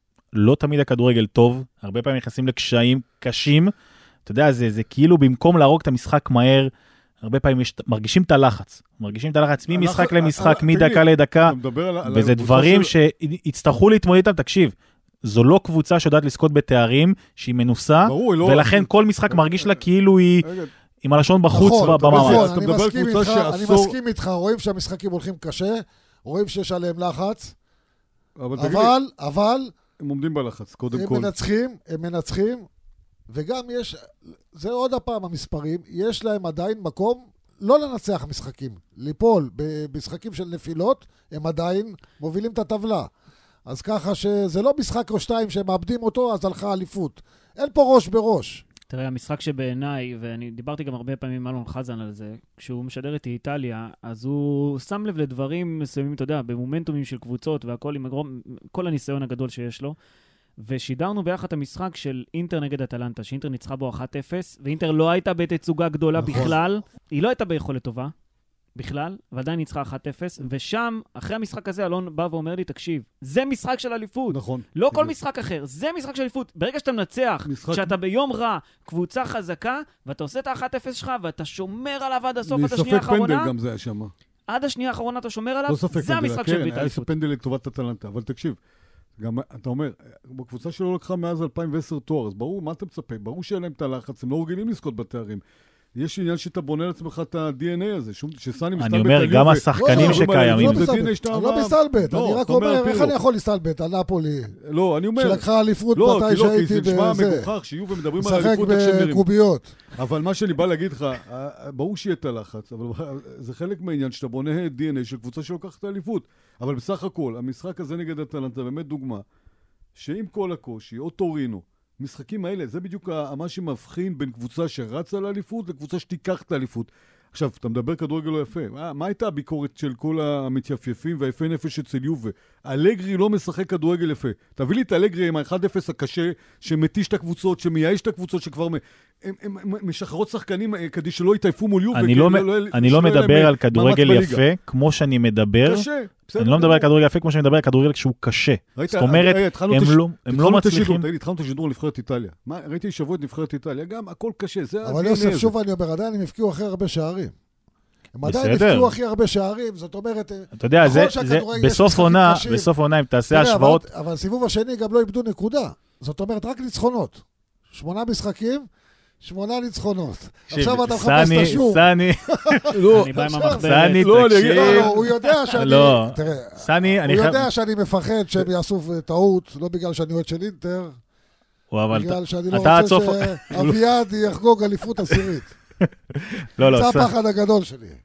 לא תמיד הכדורגל טוב, הרבה פעמים נכנסים לקשיים קשים, אתה יודע, זה, זה כאילו במקום להרוג את המשחק מהר, הרבה פעמים יש, מרגישים את הלחץ, מרגישים את הלחץ ממשחק הלחץ- למשחק, הלחץ- תגיד מדקה לי, לדקה, אתה מדבר על- על וזה הקבוצה דברים של- שיצטרכו להתמודד איתם, תקשיב, זו לא קבוצה שיודעת לזכות בתארים, שהיא מנוסה, ברור, היא לא- ולכן כל משחק מרגיש לה כאילו היא רגע, עם הלשון בחוץ נכון, ב- במאמץ. נכון, אתה אני מדבר על מסכים קבוצה איתך, אני שעשור- מסכים איתך, רואים שהמשחקים הולכים קשה, רואים שיש עליהם לחץ, אבל תגיד לי, אבל, אבל, הם עומדים בלחץ, קודם הם כל. מנצחים, הם מנצחים, וגם יש, זה עוד הפעם המספרים, יש להם עדיין מקום לא לנצח משחקים, ליפול במשחקים של נפילות, הם עדיין מובילים את הטבלה. אז ככה שזה לא משחק או שתיים שהם מאבדים אותו, אז הלכה אליפות. אין פה ראש בראש. תראה, המשחק שבעיניי, ואני דיברתי גם הרבה פעמים עם אלון חזן על זה, כשהוא משדר את איטליה, אז הוא שם לב לדברים מסוימים, אתה יודע, במומנטומים של קבוצות והכל עם הגרום, כל הניסיון הגדול שיש לו, ושידרנו ביחד את המשחק של אינטר נגד אטלנטה, שאינטר ניצחה בו אחת אפס, ואינטר לא הייתה בתצוגה גדולה נכון. בכלל, היא לא הייתה ביכולת טובה, בכלל, ועדיין ניצחה אחת אפס, ושם, אחרי המשחק הזה, אלון בא ואומר לי, תקשיב, זה משחק של אליפות. נכון. לא כל זה- משחק אחר, זה משחק של אליפות. ברגע שאתה מנצח, משחק- כשאתה ביום רע, קבוצה חזקה, ואתה עושה את ה-אחת אפס שלך, ואתה שומר עליו עד הסוף, עד השנייה מספק האחרונה, פנדל גם זה היה שם. עד השנייה האחרונה אתה שומר עליו, לא ספק זה פנדל. המשחק כן, של בית היה האליפות. פנדל לטובת הטלנטה, אבל תקשיב, גם אתה אומר, בקבוצה שלא לקחה מאז אלפיים ועשר תואר, אז ברור, מה אתה מצפה? ברור שאין להם את הלחץ, הם לא רגילים לזכות בתארים. יש עניין שאתה בונה לעצמך את ה-די אן איי הזה, שום- שסני מסתלבט אני אומר, על גם יובה. השחקנים לא, שקיימים, לא זה די אן איי מסתלבט, שאתה אני לא אמר. מסתלבט, לא, אני רק אתה אומר, אומר, איך פירו. אני יכול להסתלבט על נפולי, לא, אני אומר... שלקחה אליפות לא, מתי כי לא, כי שהייתי זה נשמע בזה, מגוחך שיהיו ומדברים על משחק אליפות איך שהם נראים. בקוביות. אבל מה שאני בא להגיד לך, ברור שיהיה את הלחץ, אבל זה חלק מהעניין שאתה בונה די אן איי של קבוצה שלוקחת את האליפות. אבל בסך הכל, המשחק הזה נגד הטלנטה באמת דוגמה, שעם כל הקושי, או טורינו, משחקים האלה, זה בדיוק מה שמבחין בין קבוצה שרצה לאליפות לקבוצה שתיקח את האליפות. עכשיו, אתה מדבר כדורגל לא יפה. מה, מה הייתה הביקורת של כל המתייפייפים והיפי נפש אצל יובה? אלגרי לא משחק כדורגל יפה. תביא לי את אלגרי עם ה-אחד אפס הקשה, שמתיש את הקבוצות, שמייאש את הקבוצות, שכבר מ... הם, הם, הם משחררות שחקנים כדי שלא יתעייפו מול יובה. אני לא, אני לא מדבר על כדורגל יפה, כמו שאני מדבר, קשה. אני לא מדבר על כדורגל יפה, כמו שאני מדבר על כדורגל כשהוא קשה. זאת אומרת, הם לא מצליחים. התחלנו את השידור על נבחרת איטליה. ראיתי שבוע את נבחרת איטליה, גם הכל קשה. אבל יוסף, שוב אני אומר, עדיין הם הפקיעו הכי הרבה שערים. הם עדיין בסדר. הפקיעו הכי הרבה שערים, זאת אומרת... אתה יודע, נכון זה, שהכדורגל זה, יש בסוף משחקים עונה, קשים. בסוף עונה, אם תעשה תראה, השוואות... אבל, אבל סיבוב השני גם לא איבדו נקודה. זאת אומרת, רק ניצחונות. שמונה משחקים, שמונה ניצחונות. עכשיו אתה מחפש את השור. סני, לא, אני בא עם עכשיו- המחברת. סני, לא, אני אגיד- לא, תקשיב. לא, הוא יודע שאני... לא. תראה, סני, אני הוא חייב... יודע שאני מפחד שהם יעשו טעות, לא בגלל שאני אוהד של אינטר, הוא, אבל בגלל שאני לא אתה עד רוצה סוף- שאביעד יחגוג אליפות עשירית. לא, לא, זה ס- הפחד הגדול שלי.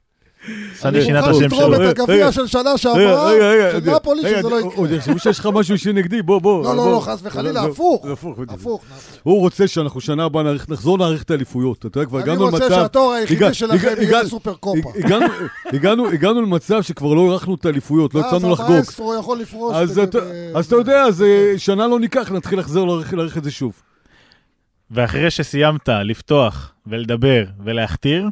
סני שינה את השם אני שלו. מוכן לתרום את הגביע של שנה שעברה, של נפולי, שזה לא יקרה. עוד יחשבו שיש לך משהו אישי נגדי, בוא, בוא. לא, לא, לא, חס וחלילה, הפוך. הפוך. הוא רוצה שאנחנו שנה הבאה נחזור להאריך את האליפויות. אתה יודע, כבר הגענו למצב... אני רוצה שהתואר היחידי שלכם יהיה סופר קופה. הגענו למצב שכבר לא הארכנו את האליפויות, לא יצאנו לחגוג. אז המאסטרו יכול לפרוש. אז אתה יודע, אז שנה לא ניקח, נתחיל לחזור להאריך את זה שוב. ואחרי שסיימת לפתוח ולדבר ולהכתיר,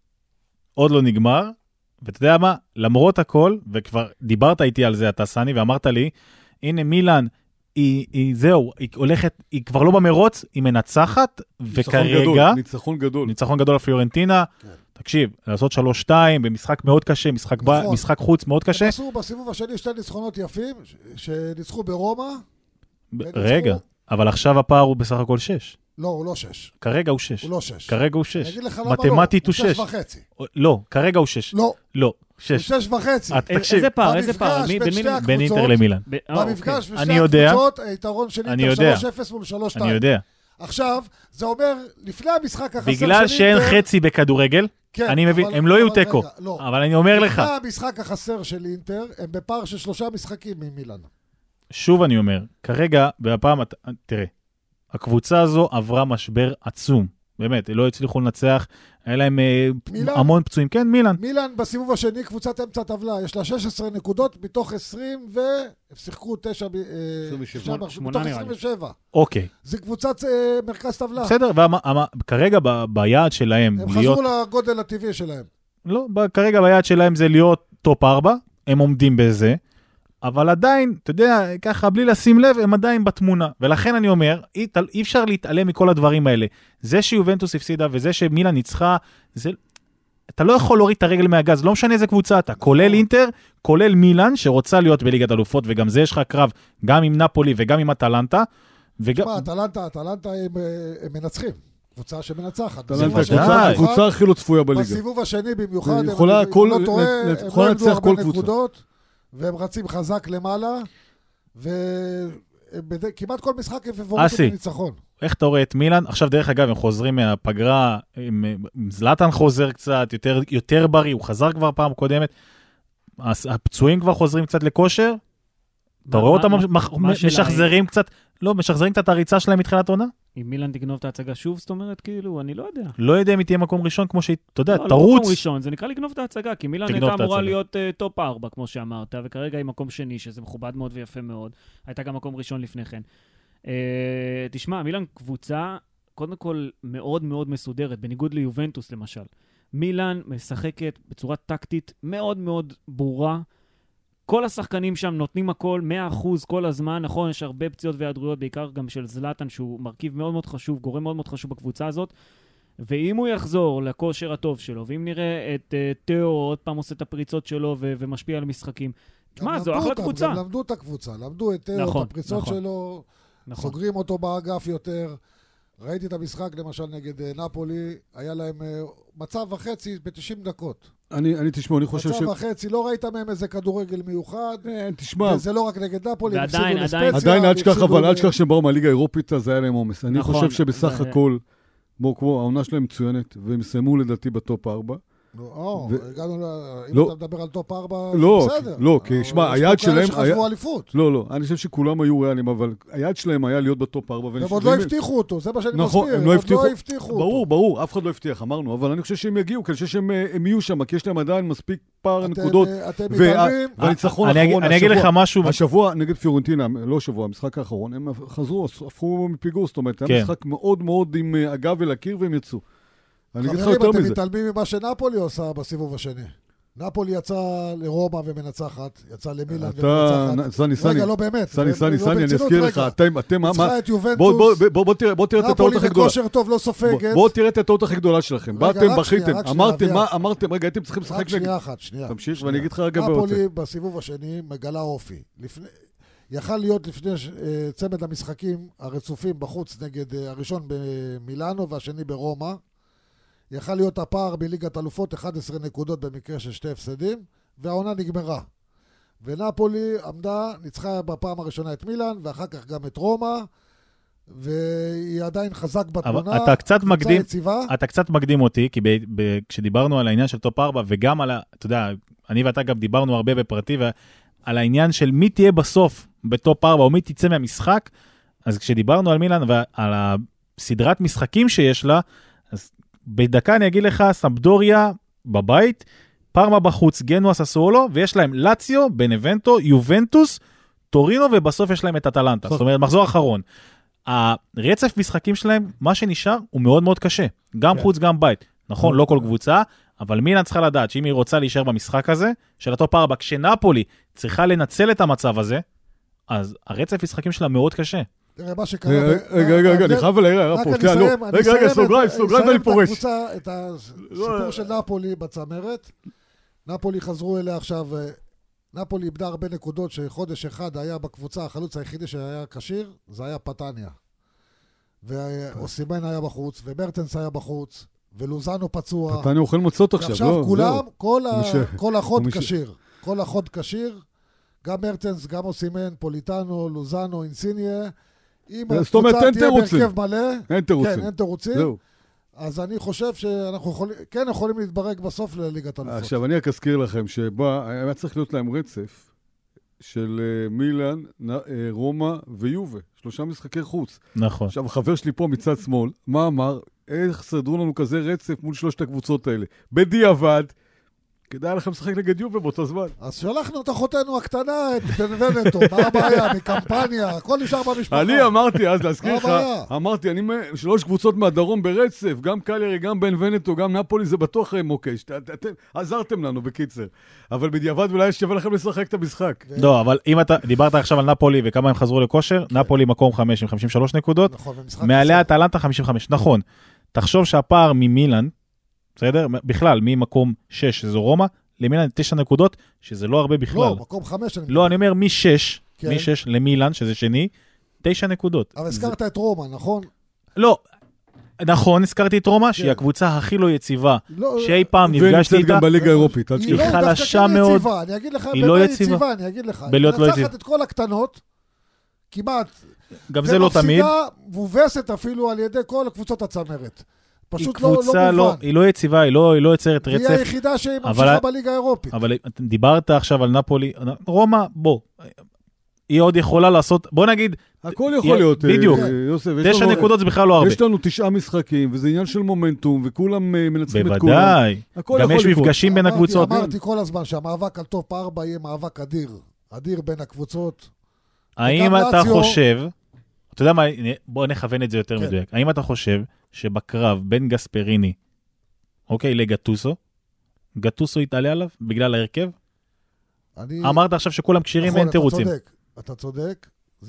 עוד לא נגמר, ואתה יודע מה, למרות הכל, וכבר דיברת איתי על זה, אתה סני, ואמרת לי, הנה מילאן, היא, היא זהו, היא הולכת, היא כבר לא במרוץ, היא מנצחת, וכרגע... ניצחון גדול. ניצחון גדול לפיורנטינה. כן. תקשיב, לעשות שלוש שתיים, במשחק מאוד קשה, משחק, נכון. ב, משחק חוץ מאוד קשה. הם עשו בסיבוב השני שתי ניצחונות יפים, שניצחו ברומא. ב- רגע, אבל עכשיו הפער הוא בסך הכל שש. לא, הוא לא שש. כרגע הוא שש. הוא לא שש. כרגע הוא שש. אני אגיד לך למה לא. מתמטית הוא שש. הוא שש. שש וחצי. לא, כרגע הוא שש. לא. לא, שש. הוא שש וחצי. איזה פער, איזה פער? בין אינטר למילאן. במפגש בשתי הקבוצות, היתרון של אינטר שלוש אפס מול שלוש שתיים. אני יודע. עכשיו, זה אומר, לפני המשחק החסר של אינטר... בגלל שאין חצי בכדורגל, אני מבין, הם לא יהיו תיקו. אבל אני אומר לך... לפני המשחק החסר של אינטר, הם בפער של שלושה משחקים ממילאן. שוב אני אומר, כרגע, והפעם, תראה, הקבוצה הזו עברה משבר עצום. באמת, לא הצליחו לנצח, היה להם מילן, המון פצועים. כן, מילאן. מילאן בסיבוב השני, קבוצת אמצע טבלה, יש לה שש עשרה נקודות מתוך עשרים, ושיחקו תשע, מתוך עשרים ושבע. אוקיי. זה קבוצת מרכז טבלה. בסדר, וכרגע ביעד שלהם... הם חזרו לגודל הטבעי שלהם. לא, כרגע ביעד שלהם זה להיות טופ ארבע, הם עומדים בזה, אבל עדיין, אתה יודע, ככה, בלי לשים לב, הם עדיין בתמונה. ולכן אני אומר, אי, אי אפשר להתעלם מכל הדברים האלה. זה שיובנטוס הפסידה, וזה שמילאן ניצחה, זה... אתה לא יכול להוריד את הרגל מהגז, לא משנה איזה קבוצה אתה, כולל אינטר, כולל מילאן, שרוצה להיות בליגת אלופות, וגם זה יש לך קרב, גם עם נפולי וגם עם אטלנטה. וגם... תשמע, אטלנטה, אטלנטה הם, הם מנצחים. קבוצה שמנצחת. הקבוצה הכי לא צפויה בליגה. בסיבוב השני במיוחד, הם לא טועה, הם לא ידעו הרבה נקודות. והם רצים חזק למעלה, וכמעט כל משחק הם פבוריטים בניצחון. איך אתה רואה את מילאן? עכשיו דרך אגב, הם חוזרים מהפגרה, עם זלאטן חוזר קצת, יותר, יותר בריא, הוא חזר כבר פעם קודמת, הפצועים כבר חוזרים קצת לכושר, אתה רואה אותם משחזרים קצת, לא, משחזרים קצת הריצה שלהם מתחילת עונה? אם מילאן תגנוב את ההצגה שוב, זאת אומרת, כאילו, אני לא יודע. לא יודע אם היא תהיה מקום ראשון, כמו שהיא, אתה יודע, תרוץ. לא, לא מקום ראשון, זה נקרא לגנוב את ההצגה, כי מילאן הייתה אמורה להיות טופ ארבע, כמו שאמרת, וכרגע היא מקום שני, שזה מכובד מאוד ויפה מאוד. הייתה גם מקום ראשון לפני כן. תשמע, מילאן קבוצה, קודם כל, מאוד מאוד מסודרת, בניגוד ליובנטוס, למשל. מילאן משחקת בצורה טקטית מאוד מאוד ברורה, כל השחקנים שם נותנים הכל, מאה אחוז כל הזמן, נכון, יש הרבה פציעות והיעדרויות, בעיקר גם של זלאטן, שהוא מרכיב מאוד מאוד חשוב, גורם מאוד מאוד חשוב בקבוצה הזאת, ואם הוא יחזור לכושר הטוב שלו, ואם נראה את uh, תיאו עוד פעם עושה את הפריצות שלו ו- ומשפיע על המשחקים, תשמע, זו אחלה קבוצה. גם למדו את הקבוצה, למדו את תיאו, נכון, את הפריצות נכון, שלו, נכון. סוגרים אותו באגף יותר. ראיתי את המשחק, למשל, נגד נפולי, היה להם מצב וחצי ב-תשעים דקות. אני, אני תשמע, אני חושב ש... מצב וחצי, לא ראית מהם איזה כדורגל מיוחד. תשמע. וזה לא רק נגד נפולי, הם הפסידו לספציה. עדיין, אל תשכח, אבל אל תשכח שהם באו מהליגה האירופית, אז היה להם עומס. אני חושב שבסך הכל, בואו, כמו, העונה שלהם מצוינת, והם סיימו לדעתי בטופ ארבע. לא, הגענו ל... אם אתה מדבר על טופ ארבע, בסדר. לא, כי שמע, היעד שלהם... שחשבו אליפות. לא, לא, אני חושב שכולם היו ריאליים, אבל היעד שלהם היה להיות בטופ ארבע. הם עוד לא הבטיחו אותו, זה מה שאני מסביר. נכון, הם לא הבטיחו אותו. ברור, ברור, אף אחד לא הבטיח, אמרנו, אבל אני חושב שהם יגיעו, כי אני חושב שהם יהיו שם, כי יש להם עדיין מספיק פער נקודות. אתם מתעלמים. והניצחון האחרון, אני אגיד לך משהו. השבוע נגד פיורנטינה, לא שבוע, המשחק האחרון, הם חזרו, הפכו מפיגור, זאת אומרת, היה משחק מאוד מאוד עם הגב אל הקיר והם יצאו. חברים, אתם מתעלמים ממה שנפולי עושה בסיבוב השני. נפולי יצא לרומא ומנצחת, יצא למילאן ומנצחת. סני, סני, רגע, לא באמת. סני, סני, סני, אני אזכיר לך, אתם, אתם, ניצחה את יובנטוס. בוא תראה את הטעות הכי גדולה. נפולי בכושר טוב, לא סופגת. בוא תראה את הטעות הכי גדולה שלכם. באתם, בכיתם, אמרתם, מה, אמרתם, רגע, הייתם צריכים לשחק רק שנייה אחת, שנייה. תמשיך, ואני אגיד לך רגע בעוצר. נפולי בסיבוב השני מגלה אופי. יכל להיות לפני צמד המשחקים הרצופים בחוץ נגד הראשון במילאנו והשני ברומא. יכל להיות הפער בליגת אלופות אחת עשרה נקודות במקרה של שתי הפסדים, והעונה נגמרה. ונפולי עמדה, ניצחה בפעם הראשונה את מילאן, ואחר כך גם את רומא, והיא עדיין חזק בתמונה, אתה קצת מקדים, יציבה. אתה קצת מקדים אותי, כי ב, ב, כשדיברנו על העניין של טופ ארבע, וגם על, ה, אתה יודע, אני ואתה גם דיברנו הרבה בפרטי, על העניין של מי תהיה בסוף בטופ ארבע, או מי תצא מהמשחק, אז כשדיברנו על מילאן, ועל הסדרת משחקים שיש לה, אז בדקה אני אגיד לך, סמפדוריה בבית, פארמה בחוץ, גנואה ססוולו, ויש להם לאציו, בנבנטו, יובנטוס, טורינו, ובסוף יש להם את אטלנטה. זאת אומרת, מחזור אחרון. הרצף משחקים שלהם, מה שנשאר, הוא מאוד מאוד קשה. גם חוץ, גם בית. נכון, לא כל קבוצה, אבל מילאן צריכה לדעת שאם היא רוצה להישאר במשחק הזה, של הטופ ארבע, כשנאפולי צריכה לנצל את המצב הזה, אז הרצף משחקים שלה מאוד קשה. תראה, מה שקרה... רגע, רגע, רגע, אני חייב להראה, רק אני אסיים, אני רגע, רגע, סוגריים, סוגריים ואני פורש. אני אסיים את הסיפור של נאפולי בצמרת. נאפולי חזרו אליה עכשיו, נאפולי איבדה הרבה נקודות שחודש אחד היה בקבוצה, החלוץ היחידי שהיה קשיר, זה היה פטניה. ואוסימן היה בחוץ, ומרטנס היה בחוץ, ולוזנו פצוע. פטניה אוכל מוצאות עכשיו. ועכשיו כולם, כל החוד קשיר. כל החוד קשיר, גם מרטנס, גם אוסימן, פוליטנו, לוזנו, אינסיניה. אם הקבוצה תהיה בהרכב מלא, אין תירוצים. כן, אין תירוצים. אז אני חושב שאנחנו יכולים, כן יכולים להתברג בסוף לליגת אלופות. עכשיו, אני רק אזכיר לכם שבא, היה צריך להיות להם רצף של מילאן, רומא ויובה. שלושה משחקי חוץ. נכון. עכשיו, חבר שלי פה מצד שמאל, מה אמר? איך סדרו לנו כזה רצף מול שלושת הקבוצות האלה? בדיעבד, כדאי לכם לשחק נגד יובה באותו זמן. אז שלחנו את אחותנו הקטנה, את בנבנטו, מה הבעיה? מקמפניה, הכל נשאר במשפחה. אני אמרתי, אז להזכיר לך, אמרתי, אני שלוש קבוצות מהדרום ברצף, גם קליירי, גם בנבנטו, גם נאפולי, זה בטוח מוקש. אתם עזרתם לנו בקיצר. אבל בדיעבד אולי שווה לכם לשחק את המשחק. לא, אבל אם אתה דיברת עכשיו על נאפולי וכמה הם חזרו לכושר, נאפולי מקום חמש עם חמישים ושלוש נקודות, מעליה אטלנטה חמישים וחמש. נכון, תחשוב שהפער ממילאן, בסדר? בכלל, ממקום שש, שזו רומא, למילאן תשע נקודות, שזה לא הרבה בכלל. לא, מקום חמש. לא, אני אומר משש, משש למילאן, שזה שני, תשע נקודות. אבל הזכרת את רומא, נכון? לא, נכון, הזכרתי את רומא, שהיא הקבוצה הכי לא יציבה, שאי פעם נפגשתי איתה. גם בליגה האירופית. היא חלשה מאוד. אני אגיד לך, היא לא יציבה. אני אגיד לך, היא מנצחת את כל הקטנות, כמעט. גם זה לא תמיד. ומפסידה מובסת אפילו על ידי כל הקבוצות הצמרת. פשוט לא מובן. לא, היא לא יציבה, היא לא, היא לא יוצרת רצף. והיא היחידה שהיא ממשיכה בליגה האירופית. אבל דיברת עכשיו על נאפולי, רומא, בוא, היא עוד יכולה לעשות, בוא נגיד... הכל יכול להיות, בדיוק. יוסף. תשע נקודות זה בכלל לא הרבה. יש לנו תשעה משחקים, וזה עניין של מומנטום, וכולם מנצחים את כולם. בוודאי. גם יש מפגשים בין הקבוצות. אמרתי כל הזמן שהמאבק על טופ ארבע יהיה מאבק אדיר. אדיר בין הקבוצות. האם אתה חושב... אתה יודע מה, בוא נכוון את זה יותר מדויק. האם אתה חושב שבקרב בין גספריני, אוקיי, לגטוסו, גטוסו יתעלה עליו בגלל ההרכב? אמרת עכשיו שכולם קשירים ואין תירוצים. אתה צודק, אתה צודק.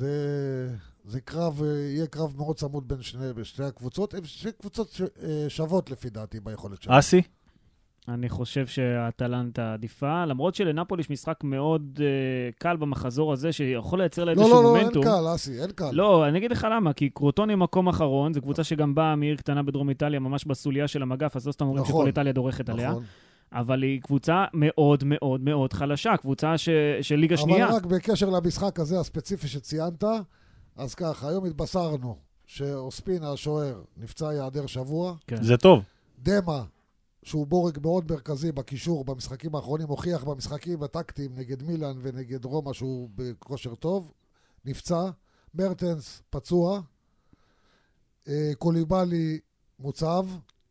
זה קרב, יהיה קרב מאוד צמוד בין שתי הקבוצות. הן שתי קבוצות שוות לפי דעתי ביכולת שלנו. אסי? אני חושב שהאטלנטה עדיפה, למרות שלנאפולי יש משחק מאוד uh, קל במחזור הזה, שיכול לייצר לה איזשהו לא, לא, מומנטום. לא, אין קל, אסי, אין קל. לא, אני אגיד לך למה, כי קרוטוני מקום אחרון, זו קבוצה שגם באה מעיר קטנה בדרום איטליה, ממש בסוליה של המגף, אז לא סתם אומרים שכל איטליה דורכת עליה. נכון. אבל היא קבוצה מאוד מאוד מאוד חלשה, קבוצה ש... של ליגה שנייה. אבל רק בקשר למשחק הזה הספציפי שציינת, אז ככה, היום התבשרנו שאוספינה, השוער, נפצע יעדר שבוע. כן. זה טוב. דמה, שהוא בורג מאוד מרכזי בקישור במשחקים האחרונים, הוכיח במשחקים הטקטיים נגד מילאן ונגד רומא שהוא בכושר טוב, נפצע, מרטנס פצוע, קוליבאלי מוצב,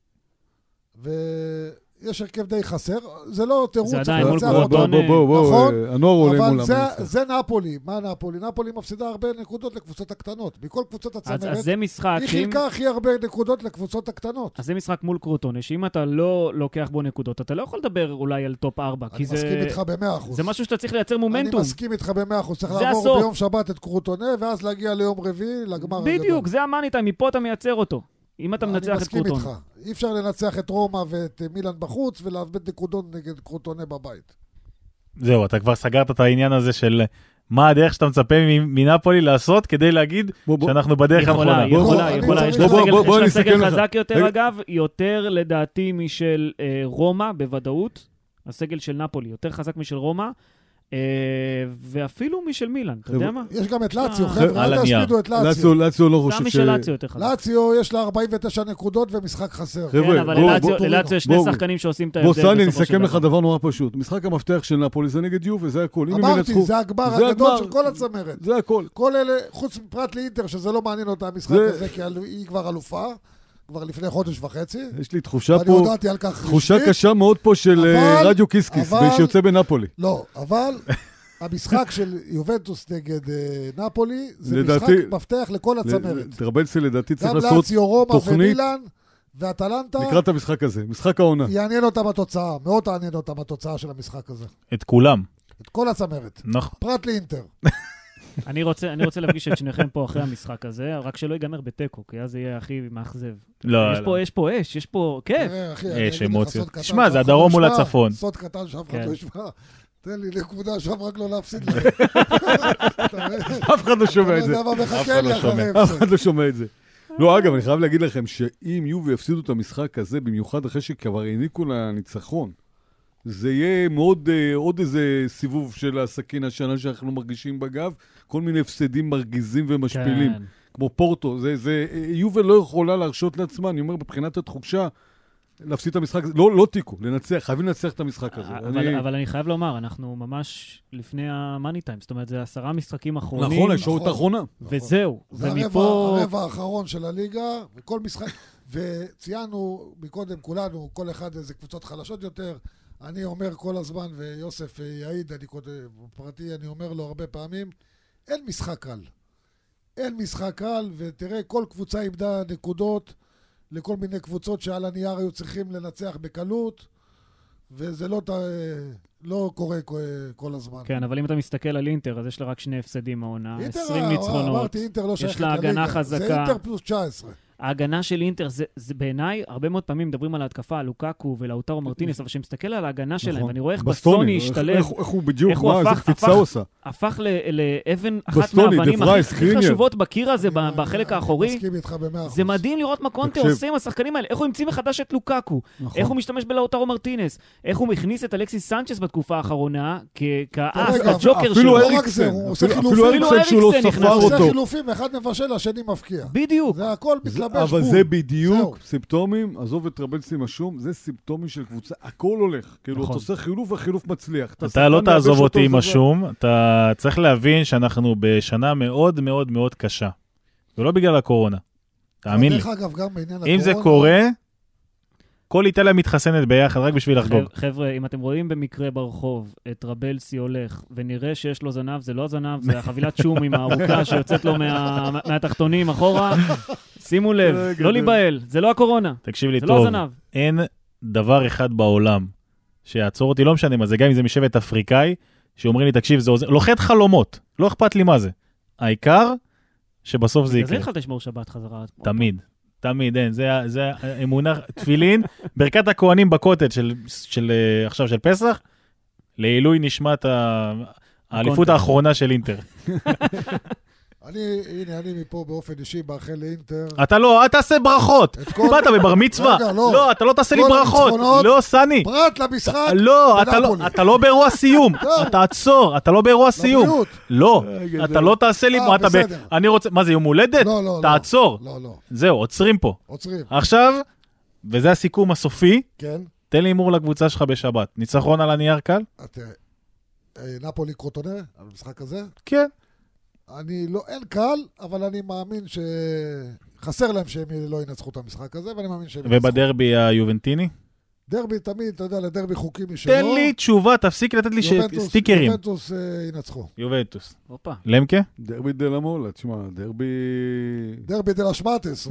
ויש הרכב די חסר, זה לא תירוץ. זה עדיין מול קרוטוני. בוא, בוא, נכון, הנוער עולה מולם. אבל זה, זה נאפולי. מה נאפולי? נאפולי מפסידה הרבה נקודות לקבוצות הקטנות. מכל קבוצות הצמרת, אז, אז זה משחק היא חילקה הכי הרבה נקודות לקבוצות הקטנות. אז זה משחק מול קרוטוני, שאם אתה לא לוקח בו נקודות, אתה לא יכול לדבר אולי על טופ ארבע. אני מסכים זה... איתך במאה אחוז. זה משהו שאתה צריך לייצר מומנטום. אני מסכים איתך במאה אחוז. צריך לעבור הסוף. ביום שבת את קרוטוני, ואז להגיע ליום רביעי, לגמר הגדול. בדיוק, זה המאני טיים, מפה אתה מייצר אותו. אם אתה מנצח את קרוטוני. אני מסכים איתך. אי אפשר לנצח את רומא ואת מילאן בחוץ, ולאבד נקודות נגד קרוטוני בבית. זהו, אתה כבר סגרת את העניין הזה של מה הדרך שאתה מצפה מנאפולי לעשות, כדי להגיד שאנחנו בדרך הנכונה. יכולה, יכולה, יש לה סגל חזק יותר אגב, יותר לדעתי משל רומא בוודאות, הסגל של נאפולי יותר חזק משל רומא, ואפילו משל מילאן, אתה יודע מה? יש גם את לאציו, חבר'ה, אל תשפידו את לאציו. לאציו לא חושב ש... גם משל לאציו יותר חזק. לאציו יש לה ארבעים ותשע נקודות ומשחק חסר. כן, אבל ללאציו יש שני שחקנים שעושים את ההבדל. בוא סני, נסכם לך דבר נורא פשוט. משחק המפתח של נפולי זה נגד יובה, זה הכל. אמרתי, זה הגבר הגדול של כל הצמרת. זה הכל. כל אלה, חוץ מפרט לאינטר, שזה לא מעניין אותה המשחק הזה, כי היא כבר אלופה. כבר לפני חודש וחצי. יש לי תחושה פה, תחושה קשה מאוד פה של רדיו קיסקיס, שיוצא בנפולי. לא, אבל המשחק של יובנטוס נגד נפולי, זה משחק מפתח לכל הצמרת. טרבלסי לדעתי צריך לעשות תוכנית. גם לאציו, רומא ומילאן ואטלנטה. לקראת המשחק הזה, משחק העונה. יעניין אותם התוצאה, מאוד תעניין אותם התוצאה של המשחק הזה. את כולם. את כל הצמרת. נכון. פרט לאינטר. אני רוצה, אני רוצה להפגיש את שניכם פה אחרי המשחק הזה, רק שלא ייגמר בטקו, כי אז זה יהיה הכי מאכזב. לא, יש פה, יש פה אש, יש פה כיף. יש אמוציות. תשמע, זה הדרום מול הצפון. סוד קטן שאף אחד לא ישמע. תן לי נקודה שם רק לא להפסיד להם. אף אחד לא שומע את זה. אף אחד לא שומע את זה. לא, אגב, אני חייב להגיד לכם שאם יובי יפסידו את המשחק הזה, במיוחד אחרי שכבר העניקו לניצחון, זה יהיה מאוד, עוד איזה סיבוב של הסכין השנה שאנחנו מרגישים בגב, כל מיני הפסדים מרגיזים ומשפילים, כן. כמו פורטו, זה, זה, יובל לא יכולה להרשות לעצמה, אני אומר, בבחינת התחושה, להפסיד את המשחק, לא, לא תיקו, לנצח, חייבים לנצח את המשחק הזה. אבל, אני... אבל אני חייב לומר, אנחנו ממש לפני המאני טיים, זאת אומרת, זה עשרה משחקים אחרונים. נכון, השעות האחרונה. וזהו. זה ומפה... הרבע האחרון של הליגה, וכל משחק, וציינו מקודם כולנו, כל אחד איזה קבוצות חלשות יותר, אני אומר כל הזמן, ויוסף יעיד, אני כותב, פרטי, אני אומר לו הרבה פעמים, אין משחק קל. אין משחק קל, ותראה, כל קבוצה איבדה נקודות לכל מיני קבוצות שעל הנייר היו צריכים לנצח בקלות, וזה לא, לא קורה כל הזמן. כן, אבל אם אתה מסתכל על אינטר, אז יש לה רק שני הפסדים העונה, עשרים ניצחונות. אמרתי, אינטר לא שייכת יש לה הגנה חזקה. זה אינטר פלוס תשע עשרה. ההגנה של אינטר, זה, זה בעיניי, הרבה מאוד פעמים מדברים על ההתקפה, על לוקאקו ולאוטרו מרטינס, אבל כשמסתכל על ההגנה שלהם, ואני רואה איך בסטוני השתלב, איך הוא בדיוק, מה, איזה קפיצה עושה. הפך לאבן אחת מהאבנים הכי חשובות בקיר הזה, בחלק האחורי. זה מדהים לראות מה קונטה עושה עם השחקנים האלה, איך הוא המציא מחדש את לוקאקו, איך הוא משתמש בלאוטרו מרטינס, איך הוא מכניס את אלכסיס סנצ'ס בתקופה האחרונה, כעס, הג'וקר שלו. אפילו אריקסן, אפילו אריקסן שהוא לא ספר אותו. עושה חילופים, אחד מבשל, השני מפקיע. בדיוק. זה הכל מתלבש בול. אבל זה בדיוק סימפטומים, עזוב את טרבלסי משום, זה סימפטומים של קבוצה, הכל הולך. כאילו, אתה עושה חילוף והחילוף מצליח. אתה לא תעזוב אותי עם משום, אתה צריך להבין שאנחנו בשנה מאוד מאוד מאוד קשה. ולא בגלל הקורונה. תאמין לי. אם זה קורה, כל איטליה מתחסנת ביחד רק בשביל לחגוג. חבר'ה, אם אתם רואים במקרה ברחוב את טרבלסי הולך, ונראה שיש לו זנב, זה לא זנב, זה החבילת שום עם הארוכה שיוצאת לו מהתחתונים אחורה. שימו לב, לא להיבהל, זה לא הקורונה. תקשיב לי טוב, אין דבר אחד בעולם שיעצור אותי, לא משנה מה זה, גם אם זה משבט אפריקאי, שאומרים לי, תקשיב, זה לוחת חלומות, לא אכפת לי מה זה. העיקר שבסוף זה יקרה. זה התחלת לשמור שבת חזרה. תמיד. תמיד, אין, זה, זה אמונה, תפילין, ברכת הכהנים בכותל של, של, עכשיו של פסח, לעילוי נשמת האליפות האחרונה של אינטר. אני, הנה, אני מפה באופן אישי מאחל לאינטר. אתה לא, אתה תעשה ברכות. באת בבר מצווה. לא, אתה לא תעשה לי ברכות. לא, סני. פרט למשחק. לא, אתה לא באירוע סיום. תעצור, אתה לא באירוע סיום. לא, אתה לא תעשה לי, אני רוצה, מה זה, יום הולדת? לא, לא, תעצור. לא, לא. זהו, עוצרים פה. עוצרים. עכשיו, וזה הסיכום הסופי. כן. תן לי אימור לקבוצה שלך בשבת. ניצחון על הנייר קל? נפולי קרוטונה, על המשחק הזה? כן. אני לא, אין קל, אבל אני מאמין שחסר להם שהם לא ינצחו את המשחק הזה, ואני מאמין שהם ינצחו. ובדרבי היובנטיני? דרבי תמיד, אתה יודע, לדרבי חוקי משלו. תן לי תשובה, תפסיק לתת לי סטיקרים. יובנטוס ינצחו. יובנטוס. אופה. למקה? דרבי דלה מולה, תשמע, דרבי... דרבי דלה שמטס.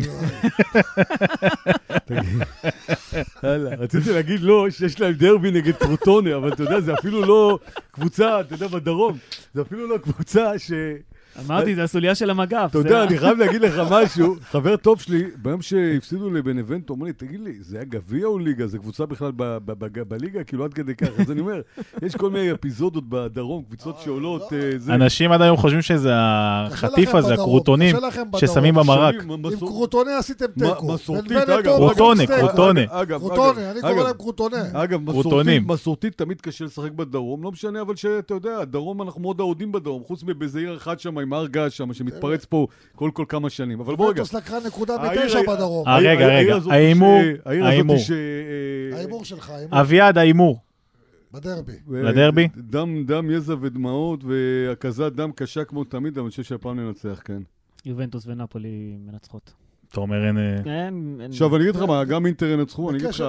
רציתי להגיד לא, שיש להם דרבי נגד קרוטונה, אבל אתה יודע, זה אפילו לא קבוצה, אתה יודע, בדרום, זה אפילו לא קבוצה ש... אמרתי, זה הסוליה של המגף. אתה יודע, אני חייב להגיד לך משהו, חבר טוב שלי, ביום שהפסידו לבנבנטו, אומר לי, תגיד לי, זה היה גביע או ליגה? זה קבוצה בכלל בליגה? כאילו עד כדי כך. אז אני אומר, יש כל מיני אפיזודות בדרום, קבוצות שעולות. אנשים עד היום חושבים שזה החטיף הזה, הקרוטונים, ששמים במרק. עם קרוטוני עשיתם טקו. מסורתית, אגב. קרוטונה, קרוטונה. קרוטונה, אני קורא להם קרוטונה. אגב, מסורתית תמיד קשה לשחק בדרום, לא משנה, אבל שאתה יודע, הדרום אנחנו מאוד אהודים בדרום, חוץ מבזעיר אחד שם עם הרגע שם, שמתפרץ פה כל כל כמה שנים. אבל בוא רגע. יובנטוס לקחה נקודה בתשע בדרום. רגע, רגע, האימור, האימור. האימור שלך, אביעד, האימור. בדרבי. בדרבי? דם, דם, יזע ודמעות, והקזת דם קשה כמו תמיד, אבל אני חושב שהפעם ננצח, כן. יובנטוס ונפולי מנצחות. אתה אומר אין... עכשיו, אני אגיד לך מה, גם אינטר ינצחו, אני אגיד לך,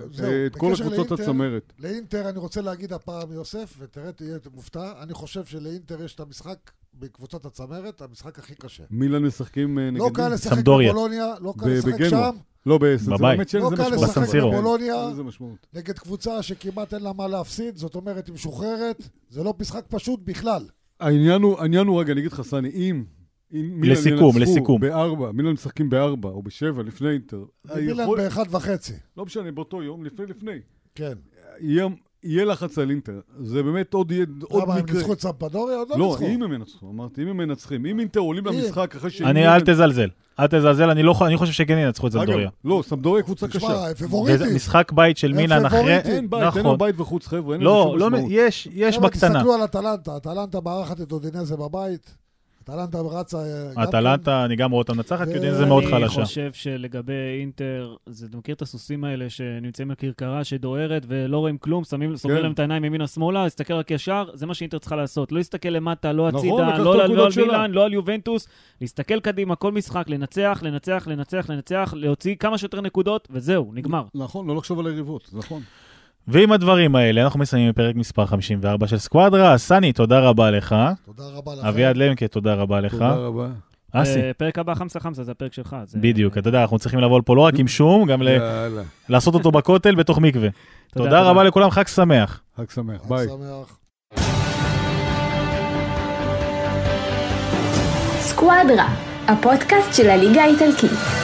את כל הקבוצות הצמרת. לאינטר אני רוצה להגיד הפעם, יוסף, ותראה, תהיה מופתע, אני חושב שלאינטר יש את המשחק בקבוצות הצמרת, המשחק הכי קשה. מילאן משחקים נגד... לא קל לשחק בבולוניה, לא קל לשחק שם. לא, בבית. לא קל לשחק בבולוניה, נגד קבוצה שכמעט אין לה מה להפסיד, זאת אומרת, היא משוחררת, זה לא משחק פשוט בכלל. העניין הוא, רגע, אני אגיד לך, סני, אם לסיכום, לסיכום. בארבע, מילאן משחקים בארבע או בשבע לפני אינטר. מילאן באחד וחצי. לא משנה, באותו יום, לפני לפני. כן. יהיה לחץ על אינטר. זה באמת עוד מקרה. למה, הם ניצחו את סמפדוריה? עוד לא ניצחו. לא, אם הם ינצחו, אמרתי, אם הם מנצחים. אם אינטר עולים למשחק אחרי ש... אני, אל תזלזל. אל תזלזל, אני חושב שכן ינצחו את סמפדוריה. לא, סמפדוריה קבוצה קשה. פבוריטית. משחק בית של מילאן אחרי... אין בית, אין בית וחוץ, חבר'ה. לא, יש, יש בקטנה. תסתכלו על אטלנטה. אטלנטה מארחת את אודינזה בבית. אטלנטה רצה... אטלנטה, אני גם רואה אותה מנצחת, כי זה מאוד חלשה. אני חושב שלגבי אינטר, זה מכיר את הסוסים האלה שנמצאים בכרכרה, שדוהרת ולא רואים כלום, שמים, סוגרים להם את העיניים ימינה שמאלה, להסתכל רק ישר, זה מה שאינטר צריכה לעשות. לא להסתכל למטה, לא הצידה, לא על מילאן, לא על יובנטוס, להסתכל קדימה, כל משחק, לנצח, לנצח, לנצח, לנצח, להוציא כמה שיותר נקודות, וזהו, נגמר. נכון, לא לחשוב על היריבות, נכון. ועם הדברים האלה, אנחנו מסיימים בפרק מספר חמישים וארבע של סקואדרה. סני, תודה רבה לך. תודה רבה לך. אביעד למקה, תודה רבה לך. תודה רבה. אסי. פרק הבא חמסה חמסה, זה הפרק שלך. בדיוק, אתה יודע, אנחנו צריכים לבוא פה לא רק עם שום, גם לעשות אותו בכותל בתוך מקווה. תודה רבה לכולם, חג שמח. חג שמח, ביי. סקואדרה, הפודקאסט של הליגה האיטלקית.